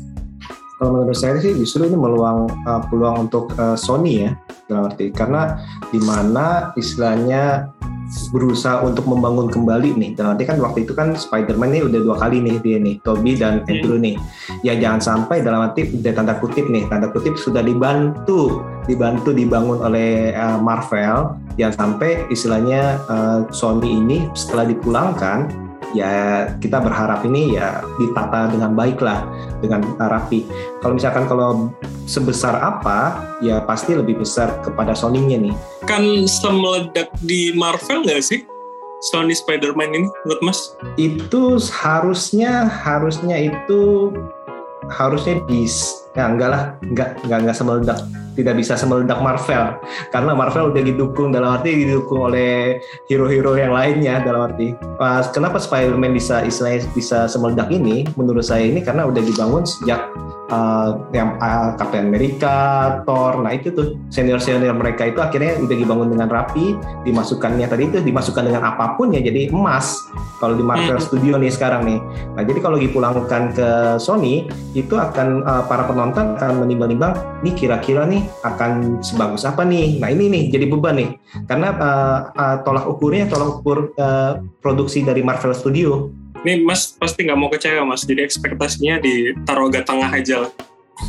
Kalau menurut saya sih justru ini meluang uh, peluang untuk uh, Sony ya, dalam arti karena di mana istilahnya berusaha untuk membangun kembali nih. Dan nanti kan waktu itu kan Spider-Man nih udah dua kali nih dia nih, Tobey dan Andrew nih. Ya jangan sampai dalam arti udah tanda kutip nih, tanda kutip sudah dibantu, dibantu dibangun oleh uh, Marvel. Jangan sampai istilahnya uh, Sony ini setelah dipulangkan, ya kita berharap ini ya ditata dengan baik lah, dengan rapi. Kalau misalkan kalau sebesar apa, ya pasti lebih besar kepada Sony-nya nih. Kan semeledak di Marvel nggak sih Sony Spider-Man ini menurut Mas? Itu harusnya harusnya itu harusnya di ya enggak lah, enggak enggak enggak semeledak, tidak bisa semeledak Marvel karena Marvel udah didukung, dalam arti didukung oleh hero-hero yang lainnya, dalam arti pas kenapa Spider-Man bisa istilahnya bisa semeledak ini menurut saya ini karena udah dibangun sejak uh, yang uh, Captain America, Thor, nah itu tuh senior-senior mereka itu akhirnya udah dibangun dengan rapi, dimasukkannya tadi itu dimasukkan dengan apapun ya jadi emas kalau di Marvel hmm. Studio nih sekarang nih. Nah jadi kalau dipulangkan ke Sony itu akan uh, para penonton akan menimbang-nimbang nih kira-kira nih akan sebagus apa nih. Nah ini nih jadi beban nih karena uh, uh, tolak ukurnya tolak ukur uh, produksi dari Marvel Studio. Nih Mas pasti nggak mau kecewa Mas, jadi ekspektasinya ditaruh agak tengah aja lah.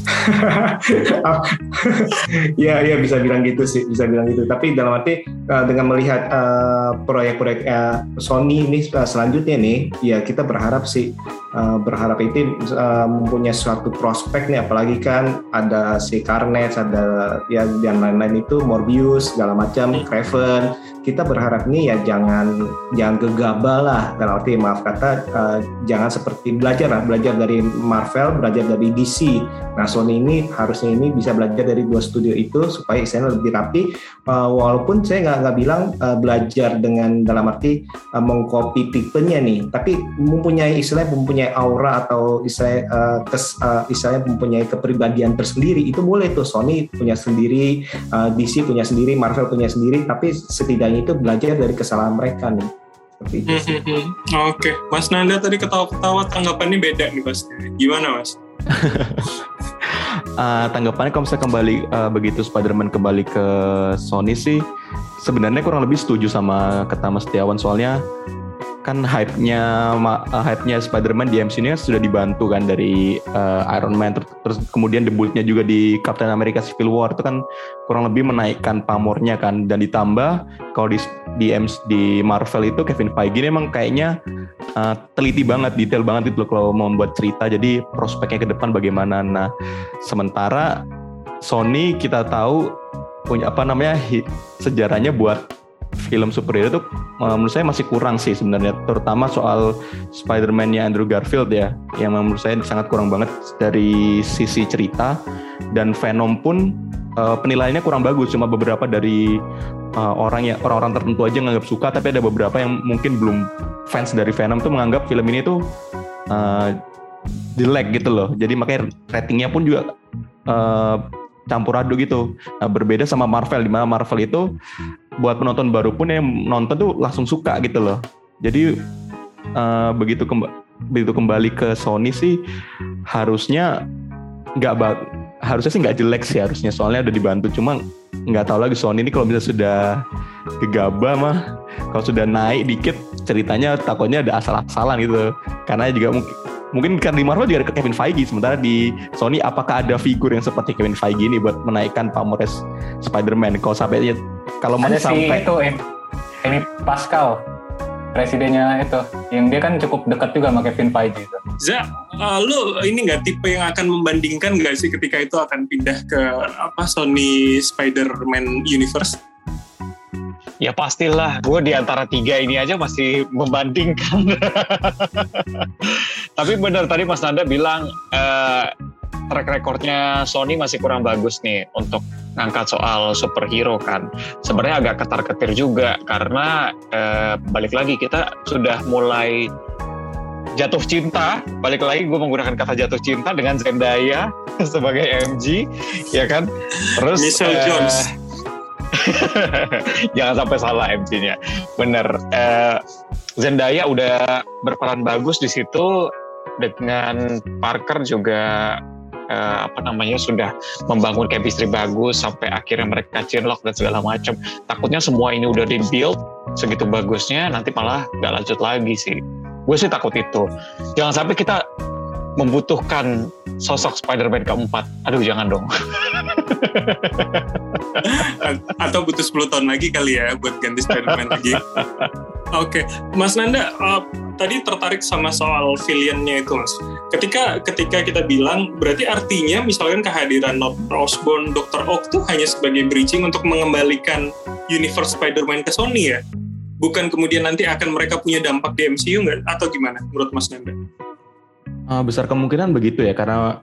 ya ya bisa bilang gitu sih, bisa bilang gitu. Tapi dalam arti uh, dengan melihat uh, proyek-proyek uh, Sony ini uh, selanjutnya nih, ya kita berharap sih uh, berharap itu uh, mempunyai suatu prospek nih, apalagi kan ada si Carnage, ada ya dan lain-lain itu Morbius segala macam, Kraven. Kita berharap nih ya jangan jangan gegabah lah, dalam arti maaf kata uh, jangan seperti belajar lah, belajar dari Marvel, belajar dari D C. Nah Sony ini harusnya ini bisa belajar dari dua studio itu supaya istilahnya lebih rapi. Uh, walaupun saya nggak nggak bilang uh, belajar dengan dalam arti uh, mengcopy tipenya nih, tapi mempunyai istilahnya mempunyai aura atau istilahnya uh, kes, uh, istilahnya mempunyai kepribadian tersendiri itu boleh tuh. Sony punya sendiri, uh, D C punya sendiri, Marvel punya sendiri, tapi setidaknya itu belajar dari kesalahan mereka nih. Seperti itu sih. Hmm, Oke, okay. Mas Nanda tadi ketawa-ketawa, tanggapannya beda nih Mas. Gimana Mas? uh, tanggapannya kalau misalnya kembali uh, begitu Spider-Man kembali ke Sony sih sebenarnya kurang lebih setuju sama kata Mas Setiawan, soalnya kan hype-nya uh, hype-nya Spider-Man di M C U ini sudah dibantu kan dari uh, Iron Man, terus, terus kemudian debutnya juga di Captain America Civil War itu kan kurang lebih menaikkan pamornya kan, dan ditambah kalau di di, M C, di Marvel itu Kevin Feige ini emang kayaknya uh, teliti banget, detail banget itu kalau mau membuat cerita, jadi prospeknya ke depan bagaimana. Nah sementara Sony kita tahu punya apa namanya sejarahnya buat film superhero itu menurut saya masih kurang sih sebenarnya, terutama soal Spider-Man-nya Andrew Garfield ya, yang menurut saya sangat kurang banget dari sisi cerita, dan Venom pun uh, penilaiannya kurang bagus, cuma beberapa dari uh, orang yang orang-orang tertentu aja nganggap suka, tapi ada beberapa yang mungkin belum fans dari Venom tuh menganggap film ini tuh uh, jelek gitu loh, jadi makanya ratingnya pun juga uh, campur aduk gitu. Nah, berbeda sama Marvel, di mana Marvel itu buat penonton baru pun yang nonton tuh langsung suka gitu loh. Jadi uh, begitu kemb- begitu kembali ke Sony sih harusnya nggak ba- harusnya sih nggak jelek sih harusnya, soalnya udah dibantu. Cuma nggak tahu lagi Sony ini kalau misalnya sudah gegabah mah, kalau sudah naik dikit ceritanya takutnya ada asal-asalan gitu. Karena juga mungkin Mungkin kan di Marvel juga ada Kevin Feige, sementara di Sony apakah ada figur yang seperti Kevin Feige ini buat menaikkan pamornya Spider-Man? Kalau sampai kalau ada sampai si itu ini Pascal, presidennya itu, yang dia kan cukup dekat juga sama Kevin Feige itu. Za, uh, lu ini nggak tipe yang akan membandingkan nggak sih ketika itu akan pindah ke apa Sony Spider-Man Universe? Ya pastilah, gue di antara tiga ini aja masih membandingkan. Tapi benar tadi Mas Nanda bilang eh, track recordnya Sony masih kurang bagus nih untuk ngangkat soal superhero kan. Sebenarnya agak ketar-ketir juga karena eh, balik lagi kita sudah mulai jatuh cinta, balik lagi gue menggunakan kata jatuh cinta dengan Zendaya sebagai M G, ya kan? Terus Michelle eh, Jones. Jangan sampai salah M C-nya. Bener. Eh, Zendaya udah berperan bagus di situ, dengan Parker juga eh, apa namanya sudah membangun chemistry bagus sampai akhirnya mereka cinlok dan segala macam. Takutnya semua ini udah di-build segitu bagusnya, nanti malah nggak lanjut lagi sih. Gue sih takut itu. Jangan sampai kita membutuhkan sosok Spider-Man keempat. Aduh, jangan dong. Atau butuh sepuluh tahun lagi kali ya buat ganti Spider-Man lagi. Oke, okay. Mas Nanda, uh, tadi tertarik sama soal villain-nya itu, Mas. Ketika ketika kita bilang, berarti artinya misalkan kehadiran Norman Osborn, dokter Ock tuh hanya sebagai bridging untuk mengembalikan universe Spider-Man ke Sony ya? Bukan kemudian nanti akan mereka punya dampak di M C U nggak? Atau gimana menurut Mas Nanda? Uh, besar kemungkinan begitu ya, karena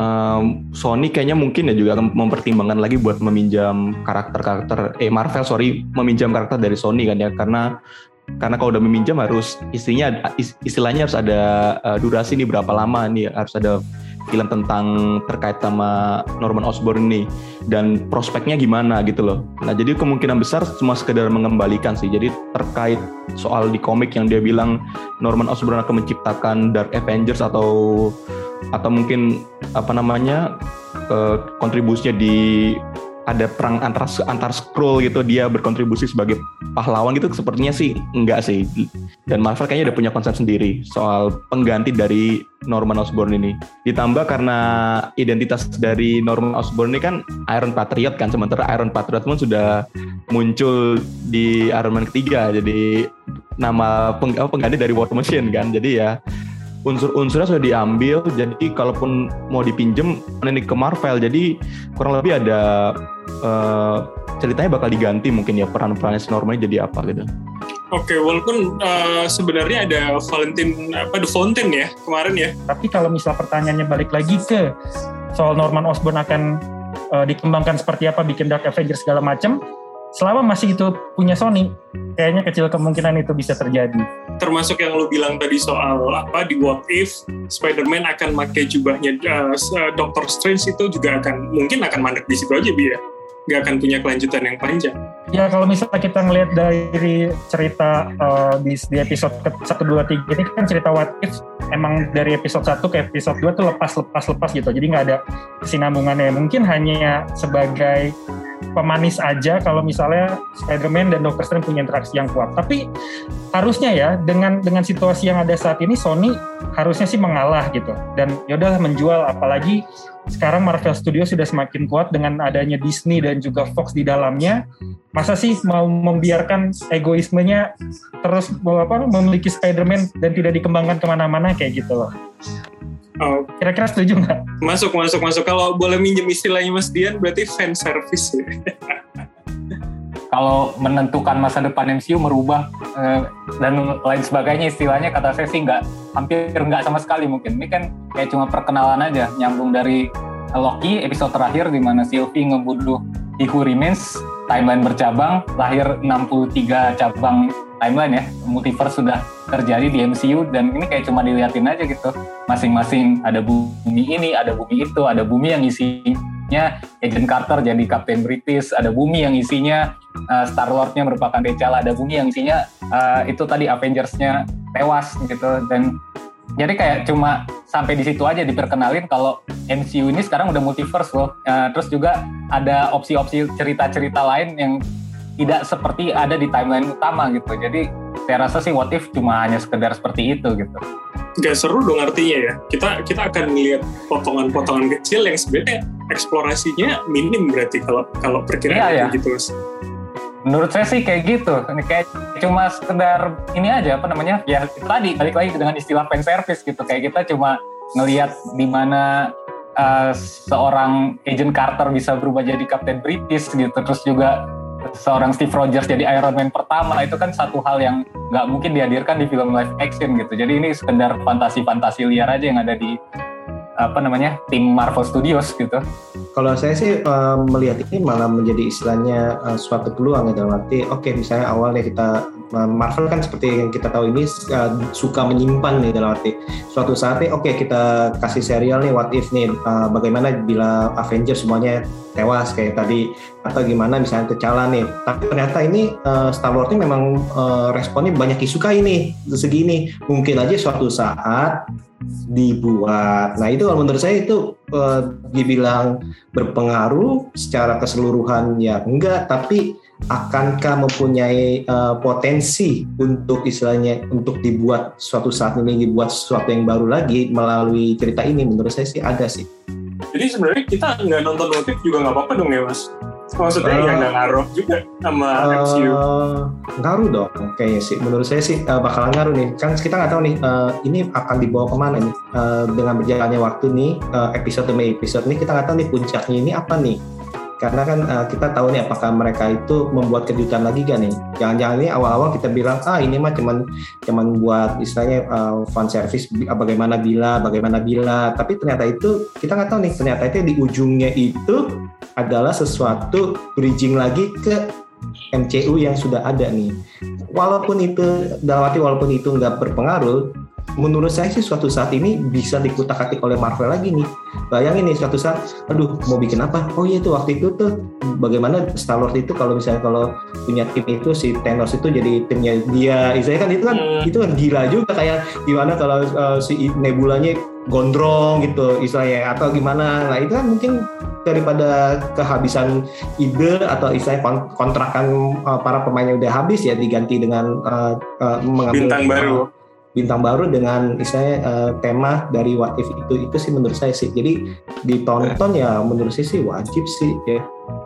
um, Sony kayaknya mungkin ya juga akan mempertimbangkan lagi buat meminjam karakter-karakter eh Marvel sorry meminjam karakter dari Sony kan ya, karena karena kalau udah meminjam harus istilahnya istilahnya harus ada uh, durasi nih berapa lama nih, harus ada film tentang terkait sama Norman Osborn ini dan prospeknya gimana gitu loh. Nah jadi kemungkinan besar cuma sekedar mengembalikan sih. Jadi terkait soal di komik yang dia bilang Norman Osborn akan menciptakan Dark Avengers atau atau mungkin apa namanya uh, kontribusinya di ada perang antar antar Skrull gitu, dia berkontribusi sebagai pahlawan gitu, sepertinya sih enggak sih. Dan Marvel kayaknya udah punya konsep sendiri soal pengganti dari Norman Osborn ini. Ditambah karena identitas dari Norman Osborn ini kan Iron Patriot kan, sementara Iron Patriot pun sudah muncul di Iron Man ketiga, jadi nama peng, pengganti dari War Machine kan. Jadi ya unsur-unsurnya sudah diambil, jadi kalaupun mau dipinjem ini ke Marvel, jadi kurang lebih ada uh, ceritanya bakal diganti mungkin ya, peran-perannya si Norman jadi apa gitu. Oke, okay, walaupun uh, sebenarnya ada Valentin apa The Fountain ya kemarin ya. Tapi kalau misal pertanyaannya balik lagi ke soal Norman Osborn akan uh, dikembangkan seperti apa, bikin Dark Avengers segala macam, selama masih itu punya Sony, kayaknya kecil kemungkinan itu bisa terjadi. Termasuk yang lu bilang tadi soal apa di What If Spider-Man akan pakai jubahnya uh, Doctor Strange, itu juga akan mungkin akan mandek di situ aja Bi ya. Nggak akan punya kelanjutan yang panjang. Ya kalau misalnya kita ngelihat dari cerita uh, di, di episode satu, dua, tiga ini kan cerita What If emang dari episode satu ke episode dua tuh lepas-lepas-lepas gitu. Jadi nggak ada kesinambungannya. Mungkin hanya sebagai pemanis aja kalau misalnya Spider-Man dan Doctor Strange punya interaksi yang kuat. Tapi harusnya ya dengan dengan situasi yang ada saat ini Sony harusnya sih mengalah gitu. Dan yaudah menjual, apalagi sekarang Marvel Studios sudah semakin kuat dengan adanya Disney dan juga Fox di dalamnya. Masa sih mau membiarkan egoismenya terus apa, memiliki Spider-Man dan tidak dikembangkan kemana-mana kayak gitu loh. Oh. Kira-kira setuju nggak? Masuk, masuk, masuk. Kalau boleh minjem istilahnya Mas Dian, berarti fan service ya. Kalau menentukan masa depan M C U, merubah eh, dan lain sebagainya, istilahnya kata saya sih nggak, hampir nggak sama sekali mungkin. Ini kan kayak cuma perkenalan aja, nyambung dari Loki episode terakhir di mana Sylvie ngebunuh He Who Remains, timeline bercabang, lahir enam puluh tiga cabang timeline ya, multiverse sudah terjadi di M C U, dan ini kayak cuma diliatin aja gitu, masing-masing ada bumi ini, ada bumi itu, ada bumi yang isinya Agent Carter jadi Captain British, ada bumi yang isinya uh, Star-Lord-nya merupakan T'Challa, ada bumi yang isinya uh, itu tadi Avengers-nya tewas gitu, dan jadi kayak cuma sampai di situ aja diperkenalin kalau M C U ini sekarang udah multiverse loh, uh, terus juga ada opsi-opsi cerita-cerita lain yang tidak seperti ada di timeline utama gitu. Jadi saya rasa sih What If cuma hanya sekedar seperti itu gitu. Gak seru dong artinya ya. Kita kita akan melihat potongan-potongan kecil yang sebenarnya eksplorasinya minim berarti kalau kalau perkiraan iya, gitu Mas. Menurut saya sih kayak gitu. Ini kayak cuma sekedar ini aja apa namanya? Ya itu tadi balik lagi dengan istilah fan service gitu. Kayak kita cuma ngelihat di mana uh, seorang Agent Carter bisa berubah jadi Captain British gitu. Terus juga seorang Steve Rogers jadi Iron Man pertama, itu kan satu hal yang nggak mungkin dihadirkan di film live action gitu. Jadi ini sekedar fantasi-fantasi liar aja yang ada di apa namanya tim Marvel Studios gitu. Kalau saya sih uh, melihat ini malah menjadi istilahnya uh, suatu peluang ya, dalam arti oke okay, misalnya awalnya kita uh, Marvel kan seperti yang kita tahu ini uh, suka menyimpan nih, dalam arti suatu saat nih oke okay, kita kasih serial nih What If nih, uh, bagaimana bila Avengers semuanya tewas kayak tadi, atau gimana misalnya T'Challa nih, tapi ternyata ini uh, Star-Lord ini memang uh, responnya banyak disukai nih segini, mungkin aja suatu saat dibuat. Nah itu kalau menurut saya itu uh, dibilang berpengaruh secara keseluruhan ya enggak, tapi akankah mempunyai uh, potensi untuk istilahnya untuk dibuat suatu saat ini, dibuat sesuatu yang baru lagi melalui cerita ini, menurut saya sih ada sih. Jadi sebenarnya kita nggak nonton What If juga nggak apa-apa dong ya Mas? Maksudnya uh, ya nggak ngaruh juga sama uh, M C U? Ngaruh dong kayaknya sih. Menurut saya sih uh, bakalan ngaruh nih. Kan kita nggak tahu nih uh, ini akan dibawa kemana nih. Uh, dengan berjalannya waktu nih, uh, episode demi episode nih kita nggak tahu nih puncaknya ini apa nih. Karena kan uh, kita tahu nih apakah mereka itu membuat kejutan lagi gak nih. Jangan-jangan ini awal-awal kita bilang ah ini mah cuman cuman buat istilahnya uh, fan service bagaimana bila bagaimana bila, tapi ternyata itu kita nggak tahu nih, ternyata itu di ujungnya itu adalah sesuatu bridging lagi ke M C U yang sudah ada nih. Walaupun itu dalam arti walaupun itu nggak berpengaruh, menurut saya sih suatu saat ini bisa dikutak-atik oleh Marvel lagi nih. Bayangin nih suatu saat, aduh mau bikin apa? Oh iya tuh waktu itu tuh bagaimana Star-Lord itu kalau misalnya kalau punya tim itu si Thanos itu jadi timnya dia. Istilahnya kan itu kan hmm. itu kan gila juga, kayak gimana kalau uh, si Nebulanya gondrong gitu istilahnya atau gimana. Nah itu kan mungkin daripada kehabisan ide atau istilahnya kontrakan uh, para pemainnya udah habis ya diganti dengan uh, uh, mengambil bintang baru. Uh, bintang baru dengan istilahnya uh, tema dari What If itu itu sih menurut saya sih. Jadi ditonton ya menurut saya sih wajib sih ya.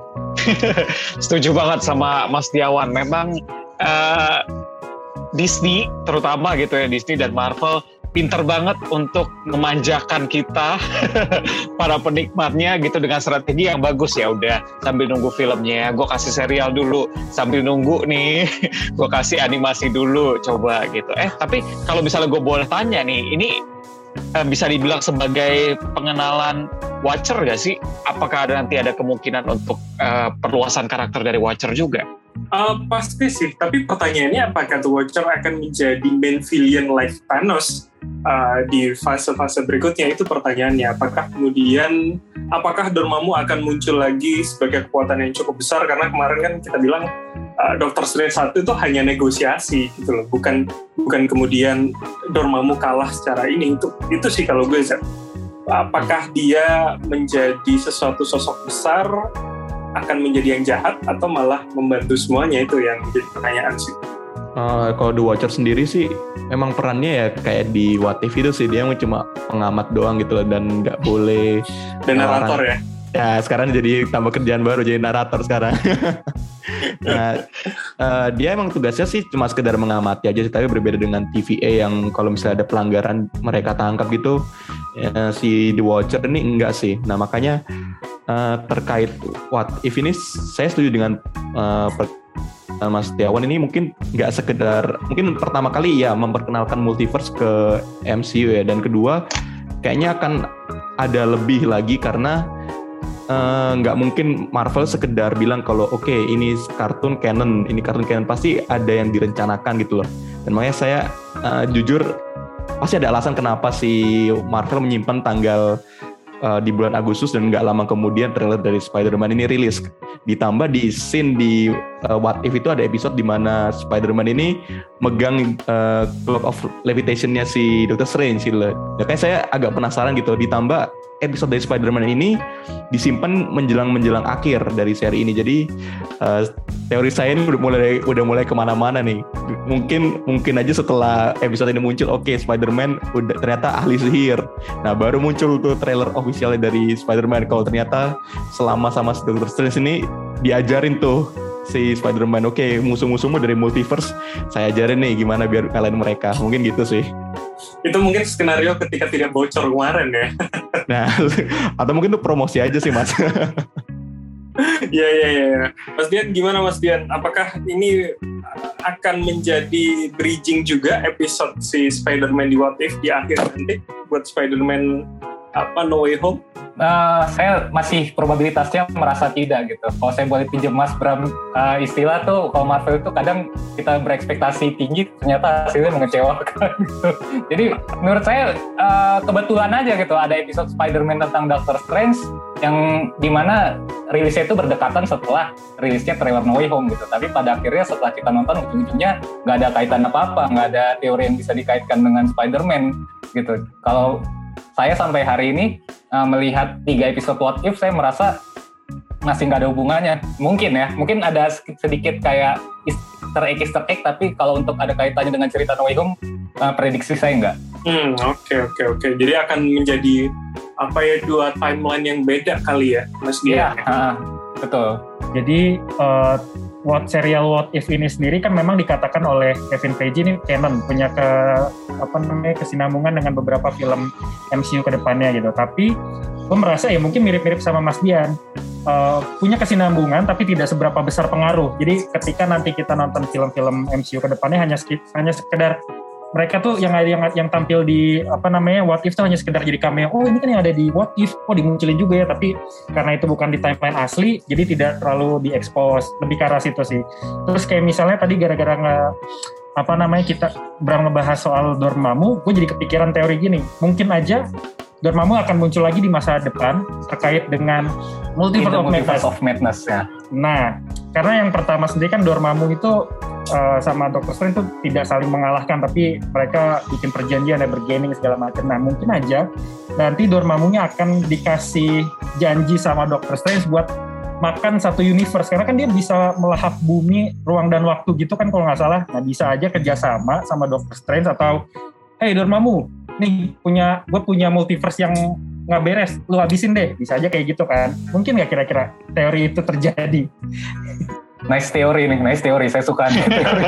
Setuju banget sama Mas Diawan. Memang uh, Disney terutama gitu ya, Disney dan Marvel pinter banget untuk memanjakan kita para penikmatnya gitu dengan strategi yang bagus. Ya udah sambil nunggu filmnya gue kasih serial dulu, sambil nunggu nih gue kasih animasi dulu coba gitu. Eh tapi kalau misalnya gue boleh tanya nih, ini eh, bisa dibilang sebagai pengenalan Watcher gak sih? Apakah ada nanti ada kemungkinan untuk eh, perluasan karakter dari Watcher juga? Uh, pasti sih, tapi pertanyaannya apakah The Watcher akan menjadi main villain like Thanos uh, di fase-fase berikutnya, itu pertanyaannya. Apakah kemudian, apakah Dormammu akan muncul lagi sebagai kekuatan yang cukup besar, karena kemarin kan kita bilang uh, Doctor Strange satu itu hanya negosiasi gitu loh, bukan bukan kemudian Dormammu kalah secara ini, itu, itu sih kalau gue Zat. Apakah dia menjadi sesuatu sosok besar akan menjadi yang jahat atau malah membantu semuanya, itu yang jadi pertanyaan sih. Uh, kalau The Watcher sendiri sih memang perannya ya kayak di What If itu sih, dia cuma pengamat doang gitu loh, dan nggak boleh dan narator ya. Ya sekarang jadi tambah kerjaan baru, jadi narator sekarang. Nah, uh, dia emang tugasnya sih cuma sekedar mengamati aja sih, tapi berbeda dengan T V A yang kalau misalnya ada pelanggaran mereka tangkap gitu. Ya, si The Watcher ini enggak sih. Nah makanya uh, terkait What If ini saya setuju dengan uh, per- Mas Setiawan, ini mungkin nggak sekedar, mungkin pertama kali ya memperkenalkan multiverse ke M C U ya, dan kedua kayaknya akan ada lebih lagi karena nggak uh, mungkin Marvel sekedar bilang kalau oke okay, ini kartun canon, ini kartun canon, pasti ada yang direncanakan gitu loh. Dan makanya saya uh, jujur pasti ada alasan kenapa si Marvel menyimpan tanggal uh, di bulan Agustus dan nggak lama kemudian trailer dari Spider-Man ini rilis. Ditambah di scene di uh, What If itu ada episode di mana Spider-Man ini megang uh, Cloak of Levitation-nya si Doctor Strange gitu loh. Ya kayak saya agak penasaran gitu. Ditambah episode dari Spider-Man ini disimpan menjelang-menjelang akhir dari seri ini. Jadi uh, teori saya ini udah mulai udah mulai kemana-mana nih. Mungkin mungkin aja setelah episode ini muncul, oke okay, Spider-Man udah ternyata ahli sihir. Nah baru muncul tuh trailer officialnya dari Spider-Man. Kalau ternyata selama sama si Doctor Strange ini diajarin tuh si Spider-Man, oke okay, musuh-musuhmu dari multiverse, saya ajarin nih gimana biar kalian mereka. Mungkin gitu sih. Itu mungkin skenario ketika tidak bocor kemarin ya. Nah, atau mungkin itu promosi aja sih Mas. Iya, iya, iya. Mas Dian gimana Mas Dian? Apakah ini akan menjadi bridging juga episode si Spider-Man di What If di akhir nanti buat Spider-Man apa No Way Home? Uh, saya masih probabilitasnya merasa tidak gitu. Kalau saya boleh pinjam Mas Bram uh, istilah tuh, kalau Marvel itu kadang kita berekspektasi tinggi, ternyata hasilnya mengecewakan gitu. Jadi menurut saya uh, kebetulan aja gitu ada episode Spider-Man tentang Doctor Strange yang dimana rilisnya itu berdekatan setelah rilisnya trailer No Way Home gitu. Tapi pada akhirnya setelah kita nonton ujung-ujungnya nggak ada kaitan apa-apa, nggak ada teori yang bisa dikaitkan dengan Spider-Man gitu. Kalau saya sampai hari ini uh, melihat tiga episode What If, saya merasa masih nggak ada hubungannya. Mungkin ya, mungkin ada sedikit kayak easter egg easter egg, tapi kalau untuk ada kaitannya dengan cerita No Way Home, uh, prediksi saya nggak. Hmm, oke okay, oke okay, oke. Okay. Jadi akan menjadi apa ya, dua timeline yang beda kali ya, Mas Dia. Iya, uh, betul. Jadi uh, What serial What If ini sendiri kan memang dikatakan oleh Kevin Feige ini canon, punya ke apa namanya kesinambungan dengan beberapa film M C U ke depannya gitu. Tapi gue merasa ya mungkin mirip-mirip sama Mas Dian, uh, punya kesinambungan tapi tidak seberapa besar pengaruh. Jadi ketika nanti kita nonton film-film M C U ke depannya hanya hanya sekedar mereka tuh yang yang yang tampil di apa namanya What If tuh hanya sekedar jadi cameo. Oh ini kan yang ada di What If, oh dimunculin juga ya. Tapi karena itu bukan di timeline asli, jadi tidak terlalu diekspos. Lebih ke arah situ sih. Terus kayak misalnya tadi gara-gara nggak apa namanya kita Bram ngebahas soal Dormammu, gue jadi kepikiran teori gini. Mungkin aja Dormammu akan muncul lagi di masa depan terkait dengan Multiverse of Madness. of Madness ya. Nah, karena yang pertama sendiri kan Dormammu itu Uh, sama Doctor Strange itu tidak saling mengalahkan, tapi mereka bikin perjanjian, ada bergaining segala macam. Nah mungkin aja nanti Dormammu-nya akan dikasih janji sama Doctor Strange buat makan satu universe, karena kan dia bisa melahap bumi, ruang dan waktu gitu kan kalau nggak salah. Nah bisa aja kerjasama sama Doctor Strange atau hey Dormammu, nih punya gue punya multiverse yang nggak beres, lu habisin deh. Bisa aja kayak gitu kan. Mungkin nggak kira-kira teori itu terjadi? Nice teori nih, nice teori. Saya suka nih teori.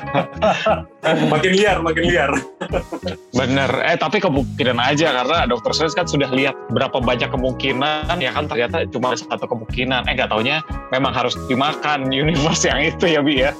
Makin liar, makin liar. Bener, eh tapi kemungkinan aja karena Dokter Strange kan sudah lihat berapa banyak kemungkinan, ya kan ternyata cuma satu kemungkinan. Eh nggak taunya memang harus dimakan universe yang itu ya Bi ya.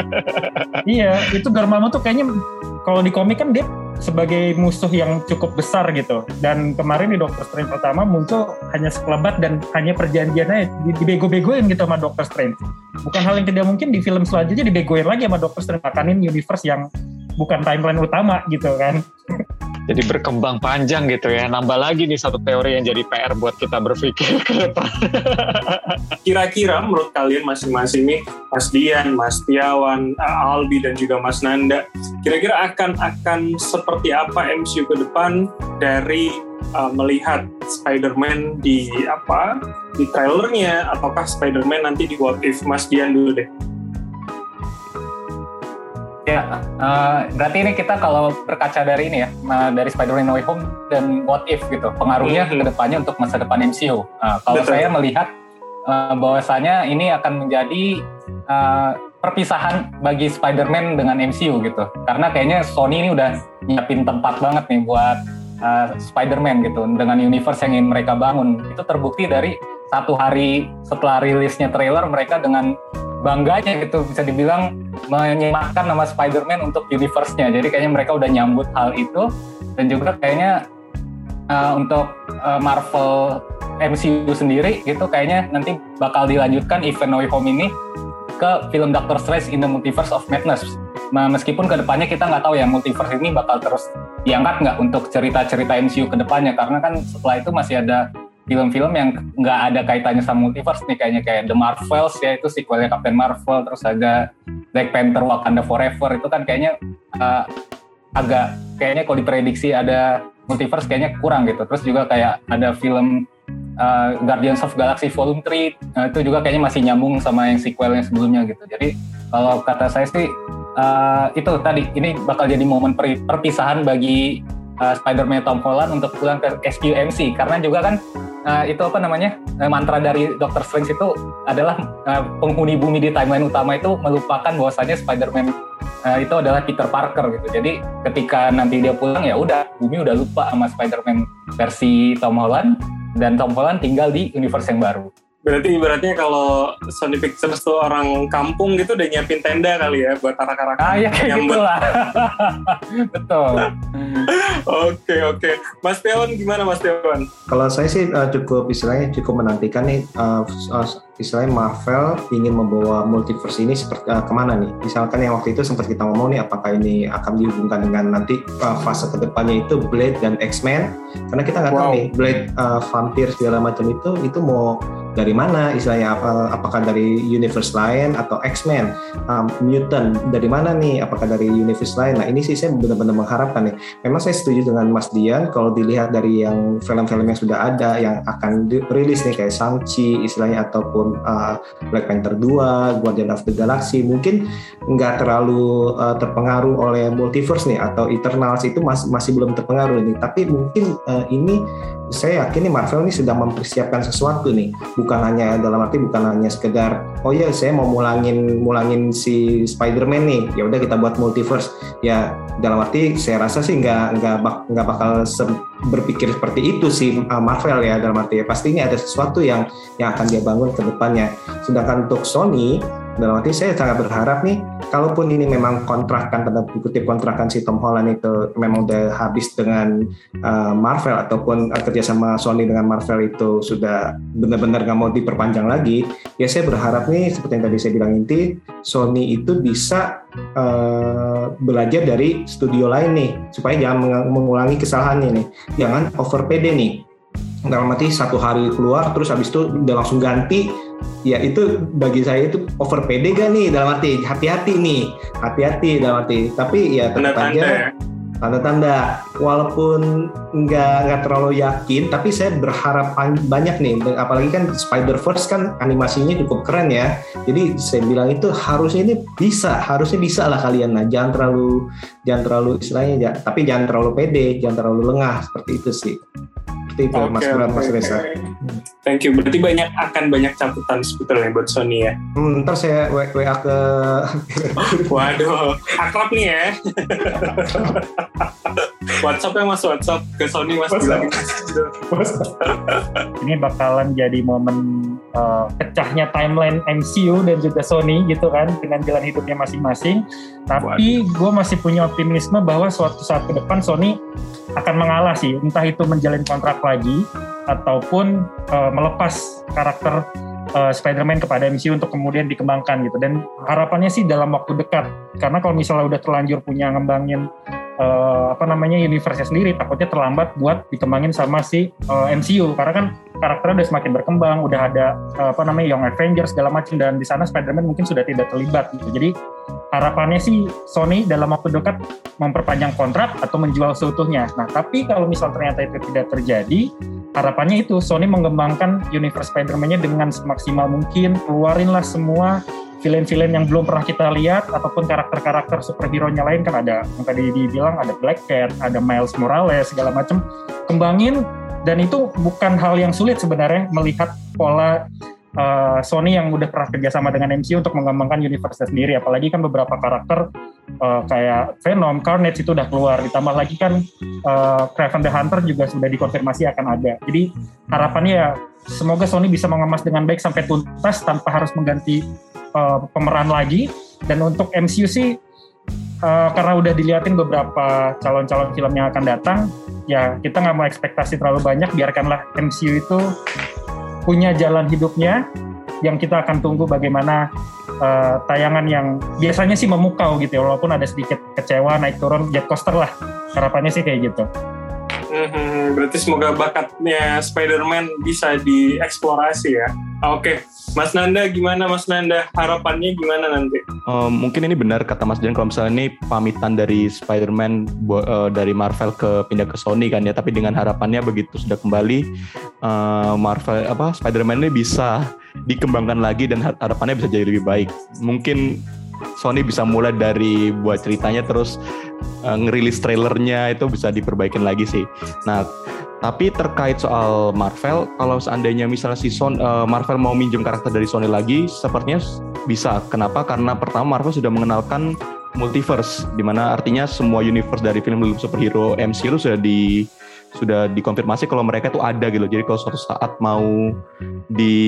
Iya, itu Dormammu tuh kayaknya kalau di komik kan dia sebagai musuh yang cukup besar gitu. Dan kemarin di Doctor Strange pertama muncul hanya sekelebat dan hanya perjanjiannya dibego-begoin gitu sama Doctor Strange. Bukan hal yang tidak mungkin di film selanjutnya dibegoin lagi sama Doctor Strange, makanin universe yang bukan timeline utama gitu kan. Jadi berkembang panjang gitu ya. Nambah lagi nih satu teori yang jadi P R buat kita berpikir ke depan. Kira-kira menurut kalian masing-masing nih, Mas Dian, Mas Tiawan, Albi dan juga Mas Nanda, kira-kira akan akan seperti apa M C U ke depan dari uh, melihat Spider-Man di apa di trailernya, ataukah Spider-Man nanti di What If? Mas Dian dulu deh. Ya, uh, berarti ini kita kalau berkaca dari ini ya, dari Spider-Man No Way Home dan What If gitu, pengaruhnya mm-hmm. ke depannya untuk masa depan M C U. Uh, kalau Betul. saya melihat uh, bahwasanya ini akan menjadi uh, perpisahan bagi Spider-Man dengan M C U gitu. Karena kayaknya Sony ini udah nyiapin tempat banget nih buat uh, Spider-Man gitu, dengan universe yang ingin mereka bangun. Itu terbukti dari satu hari setelah rilisnya trailer, mereka dengan bangganya gitu bisa dibilang menyematkan nama Spider-Man untuk universe-nya. Jadi kayaknya mereka udah nyambut hal itu. Dan juga kayaknya uh, untuk uh, Marvel M C U sendiri gitu kayaknya nanti bakal dilanjutkan event No Way Home ini ke film Doctor Strange in the Multiverse of Madness. Nah, meskipun kedepannya kita nggak tahu ya multiverse ini bakal terus diangkat nggak untuk cerita-cerita M C U kedepannya, karena kan setelah itu masih ada film-film yang nggak ada kaitannya sama multiverse nih, kayaknya kayak The Marvels ya, itu sequelnya Captain Marvel, terus ada Black Panther Wakanda Forever, itu kan kayaknya uh, agak kayaknya kalau diprediksi ada multiverse kayaknya kurang gitu. Terus juga kayak ada film uh, Guardians of Galaxy Volume three, uh, itu juga kayaknya masih nyambung sama yang sequelnya sebelumnya gitu. Jadi kalau kata saya sih uh, itu tadi ini bakal jadi momen per- perpisahan bagi uh, Spider-Man Tom Holland untuk pulang ke S Q M C, karena juga kan uh, itu apa namanya uh, mantra dari Doctor Strange itu adalah uh, penghuni bumi di timeline utama itu melupakan bahwasanya Spider-Man uh, itu adalah Peter Parker gitu. Jadi ketika nanti dia pulang ya udah bumi udah lupa sama Spider-Man versi Tom Holland, dan Tom Holland tinggal di universe yang baru. Berarti ibaratnya kalau Sony Pictures tuh orang kampung gitu udah nyiapin tenda kali ya buat arak-arakan. Ah ya kayak gitu lah. Betul. Oke oke. Mas Teon gimana Mas Teon? Kalau saya sih uh, cukup istilahnya cukup menantikan nih uh, uh, istilahnya Marvel ingin membawa multiverse ini seperti uh, kemana nih? Misalkan yang waktu itu sempat kita ngomong nih, apakah ini akan dihubungkan dengan nanti uh, fase kedepannya itu Blade dan X-Men? Karena kita nggak wow. tahu nih Blade, uh, vampir segala macam itu itu mau dari mana istilahnya, apakah dari universe lain atau X-Men, um, mutant dari mana nih, apakah dari universe lain. Nah ini sih saya benar-benar mengharapkan nih. Memang saya setuju dengan Mas Dian kalau dilihat dari yang film-film yang sudah ada yang akan rilis nih kayak Shang-Chi istilahnya, ataupun uh, Black Panther two, Guardian of the Galaxy, mungkin nggak terlalu uh, terpengaruh oleh multiverse nih, atau Eternals itu mas- masih belum terpengaruh nih. Tapi mungkin uh, ini saya yakin nih Marvel ini sudah mempersiapkan sesuatu nih, bukan hanya dalam arti bukan hanya sekedar oh ya saya mau mulangin mulangin si Spider-Man nih, ya udah kita buat multiverse ya. Dalam arti saya rasa sih nggak nggak bak, nggak bakal se- berpikir seperti itu sih uh, Marvel ya. Dalam arti ya pasti ini ada sesuatu yang yang akan dia bangun ke depannya. Sedangkan untuk Sony, dalam arti saya sangat berharap nih, kalaupun ini memang kontrakan, tanda kutip kontrakan si Tom Holland itu memang udah habis dengan uh, Marvel, ataupun uh, kerjasama Sony dengan Marvel itu sudah benar-benar nggak mau diperpanjang lagi, ya saya berharap nih seperti yang tadi saya bilang inti, Sony itu bisa uh, belajar dari studio lain nih, supaya jangan mengulangi kesalahannya nih, jangan over pede nih. Dalam arti satu hari keluar terus habis itu udah langsung ganti, ya itu bagi saya itu over pede gak nih, dalam arti hati-hati nih, hati-hati dalam arti. Tapi ya tetap aja tanda-tanda, walaupun nggak nggak terlalu yakin, tapi saya berharap banyak nih, apalagi kan Spider-Verse kan animasinya cukup keren ya, jadi saya bilang itu harusnya ini bisa, harusnya bisa lah kalian. Nah jangan terlalu jangan terlalu istilahnya, tapi jangan terlalu pede, jangan terlalu lengah, seperti itu sih. Itu okay, Mas Bram, Mas Reza. Okay. Thank you. Berarti banyak akan banyak catatan sebetulnya buat Sony ya. Hmm, ntar saya W A ke. Waduh, akrab nih ya. WhatsApp ya Mas, WhatsApp ke Sony Mas bilang. Ini bakalan jadi momen uh, pecahnya timeline M C U dan juga Sony gitu kan, dengan jalan hidupnya masing-masing. Tapi gue masih punya optimisme bahwa suatu saat ke depan Sony akan mengalah sih, entah itu menjalin kontrak lagi ataupun uh, melepas karakter uh, Spider-Man kepada M C U untuk kemudian dikembangkan gitu. Dan harapannya sih dalam waktu dekat, karena kalau misalnya udah terlanjur punya ngembangin uh, apa namanya universe sendiri, takutnya terlambat buat dikembangin sama si uh, M C U, karena kan karakternya udah semakin berkembang, udah ada uh, apa namanya Young Avengers segala macam, dan di sana Spider-Man mungkin sudah tidak terlibat gitu. Jadi harapannya sih Sony dalam waktu dekat memperpanjang kontrak atau menjual seutuhnya. Nah, tapi kalau misal ternyata itu tidak terjadi, harapannya itu Sony mengembangkan universe Spider-Man-nya dengan semaksimal mungkin, keluarinlah semua villain-villain yang belum pernah kita lihat, ataupun karakter-karakter superhero-nya lain, kan ada yang tadi dibilang ada Black Cat, ada Miles Morales, segala macam, kembangin, dan itu bukan hal yang sulit sebenarnya melihat pola Uh, Sony yang udah pernah kerjasama dengan M C U untuk mengembangkan universe sendiri, apalagi kan beberapa karakter uh, kayak Venom, Carnage itu udah keluar, ditambah lagi kan uh, Kraven the Hunter juga sudah dikonfirmasi akan ada. Jadi harapannya ya semoga Sony bisa mengemas dengan baik sampai tuntas tanpa harus mengganti uh, pemeran lagi. Dan untuk M C U sih uh, karena udah diliatin beberapa calon-calon film yang akan datang, ya kita nggak mau ekspektasi terlalu banyak, biarkanlah M C U itu punya jalan hidupnya yang kita akan tunggu bagaimana uh, tayangan yang biasanya sih memukau gitu ya, walaupun ada sedikit kecewa, naik turun, jet coaster lah, harapannya sih kayak gitu. Hmm, berarti semoga bakatnya Spider-Man bisa dieksplorasi ya. Oke, Mas Nanda gimana Mas Nanda? Harapannya gimana nanti? Um, mungkin ini benar kata Mas Jan kalau misalnya ini pamitan dari Spider-Man uh, dari Marvel ke pindah ke Sony kan ya, tapi dengan harapannya begitu sudah kembali uh, Marvel apa Spider-Man ini bisa dikembangkan lagi dan harapannya bisa jadi lebih baik. Mungkin Sony bisa mulai dari buat ceritanya terus uh, ngerilis trailernya itu bisa diperbaikin lagi sih. Nah, tapi terkait soal Marvel, kalau seandainya misalnya si Son, uh, Marvel mau minjem karakter dari Sony lagi, sepertinya bisa. Kenapa? Karena pertama Marvel sudah mengenalkan multiverse, di mana artinya semua universe dari film superhero M C U sudah di sudah dikonfirmasi kalau mereka itu ada gitu. Jadi kalau suatu saat mau di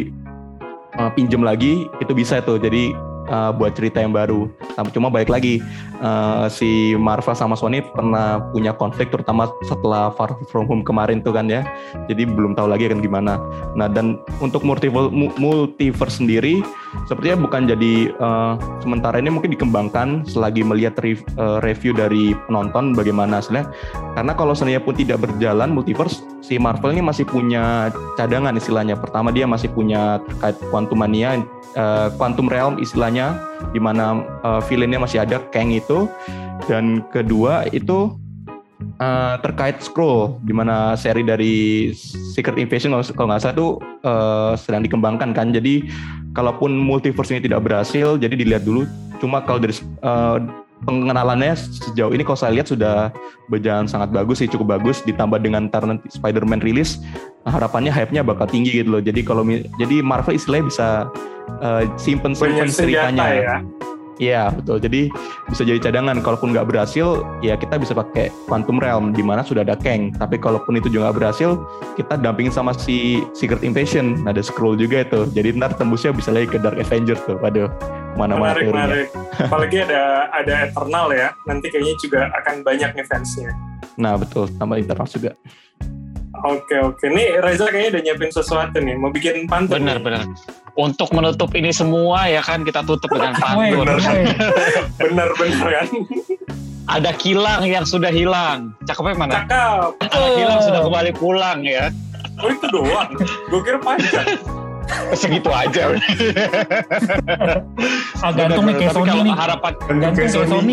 uh, pinjem lagi itu bisa tuh. Jadi Uh, buat cerita yang baru. Cuma balik lagi uh, si Marvel sama Sony pernah punya konflik, terutama setelah Far From Home kemarin tuh kan ya. Jadi belum tahu lagi akan gimana. Nah, dan untuk multiverse, multiverse sendiri sepertinya bukan jadi uh, sementara ini mungkin dikembangkan selagi melihat re- uh, review dari penonton bagaimana hasilnya. Karena kalau seandainya pun tidak berjalan multiverse, si Marvel ini masih punya cadangan istilahnya. Pertama dia masih punya terkait Quantumania, uh, Quantum Realm istilahnya, di mana uh, villainnya masih ada, Kang itu. Dan kedua itu uh, terkait Skrull, di mana seri dari Secret Invasion kalau nggak salah itu uh, sedang dikembangkan kan. Jadi kalaupun multiverse ini tidak berhasil, jadi dilihat dulu. Cuma kalau dari uh, pengenalannya sejauh ini kalau saya lihat sudah berjalan sangat bagus sih, cukup bagus. Ditambah dengan ntar Spider-Man rilis, harapannya hype-nya bakal tinggi gitu loh. Jadi kalau jadi Marvel istilahnya bisa uh, simpen-simpen ceritanya ya. Iya betul, jadi bisa jadi cadangan. Kalaupun nggak berhasil, ya kita bisa pakai Quantum Realm di mana sudah ada Kang. Tapi kalaupun itu juga nggak berhasil, kita dampingin sama si Secret Invasion, ada Skrull juga itu. Jadi ntar tembusnya bisa lagi ke Dark Avenger tuh. Waduh, mana-mana menarik, teorinya. menarik. Apalagi ada ada Eternal ya, nanti kayaknya juga akan banyak nih fansnya. Nah betul, tambah Eternal juga. Oke oke, nih Reza kayaknya udah nyiapin sesuatu nih, mau bikin pantun. Benar benar. Untuk menutup ini semua ya kan kita tutup dengan pantun. Bener kan? Bener bener kan? Ada kilang yang sudah hilang. Cakepnya mana? Cakep. Ada kilang sudah kembali pulang ya. Oh itu doang. Gue kira panjang. Segitu aja. Ah, gantung nih kayak Sony nih. Harapan gantung kayak Sony.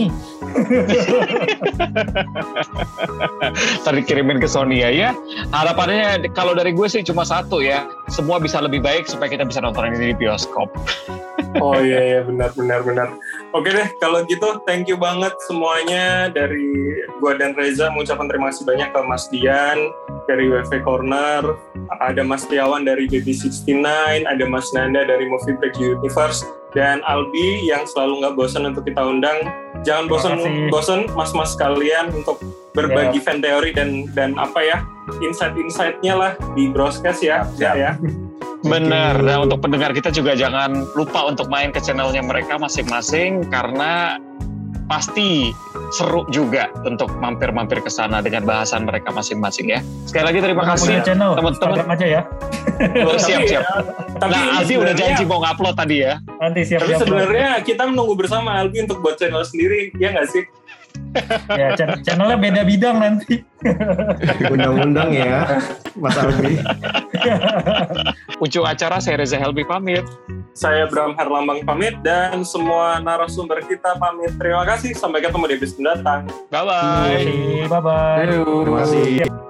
Tadi kirimin ke Sony ya, ya. Harapannya kalau dari gue sih cuma satu ya. Semua bisa lebih baik supaya kita bisa nonton ini di bioskop. Oh iya, iya benar benar benar. Oke deh, kalau gitu thank you banget semuanya dari gua dan Reza. Mengucapkan terima kasih banyak ke Mas Dian dari W F Corner, ada Mas Tiawan dari B B enam sembilan, ada Mas Nanda dari Movie Break Universe, dan Albi yang selalu nggak bosan untuk kita undang. Jangan bosan-bosan mas-mas kalian untuk berbagi yeah. fan teori dan dan apa ya insight-insightnya lah di broadcast ya, ya ya. Benar. Nah untuk pendengar kita juga jangan lupa untuk main ke channelnya mereka masing-masing karena pasti seru juga untuk mampir-mampir ke sana dengan bahasan mereka masing-masing ya. Sekali lagi terima kasih teman-teman. Instagram aja ya. Oh, siap siap. Tapi nah Albi udah janji mau ngupload tadi ya. Nanti siap. Tapi sebenarnya kita menunggu bersama Albi untuk buat channel sendiri, ya nggak sih? Ya channelnya beda bidang nanti. Undang-undang ya, Mas Albi. Ujung acara saya Reza Helbi pamit. Saya Bram Herlambang pamit dan semua narasumber kita pamit. Terima kasih. Sampai ketemu di episode mendatang. Bye-bye. Bye-bye. Terima kasih.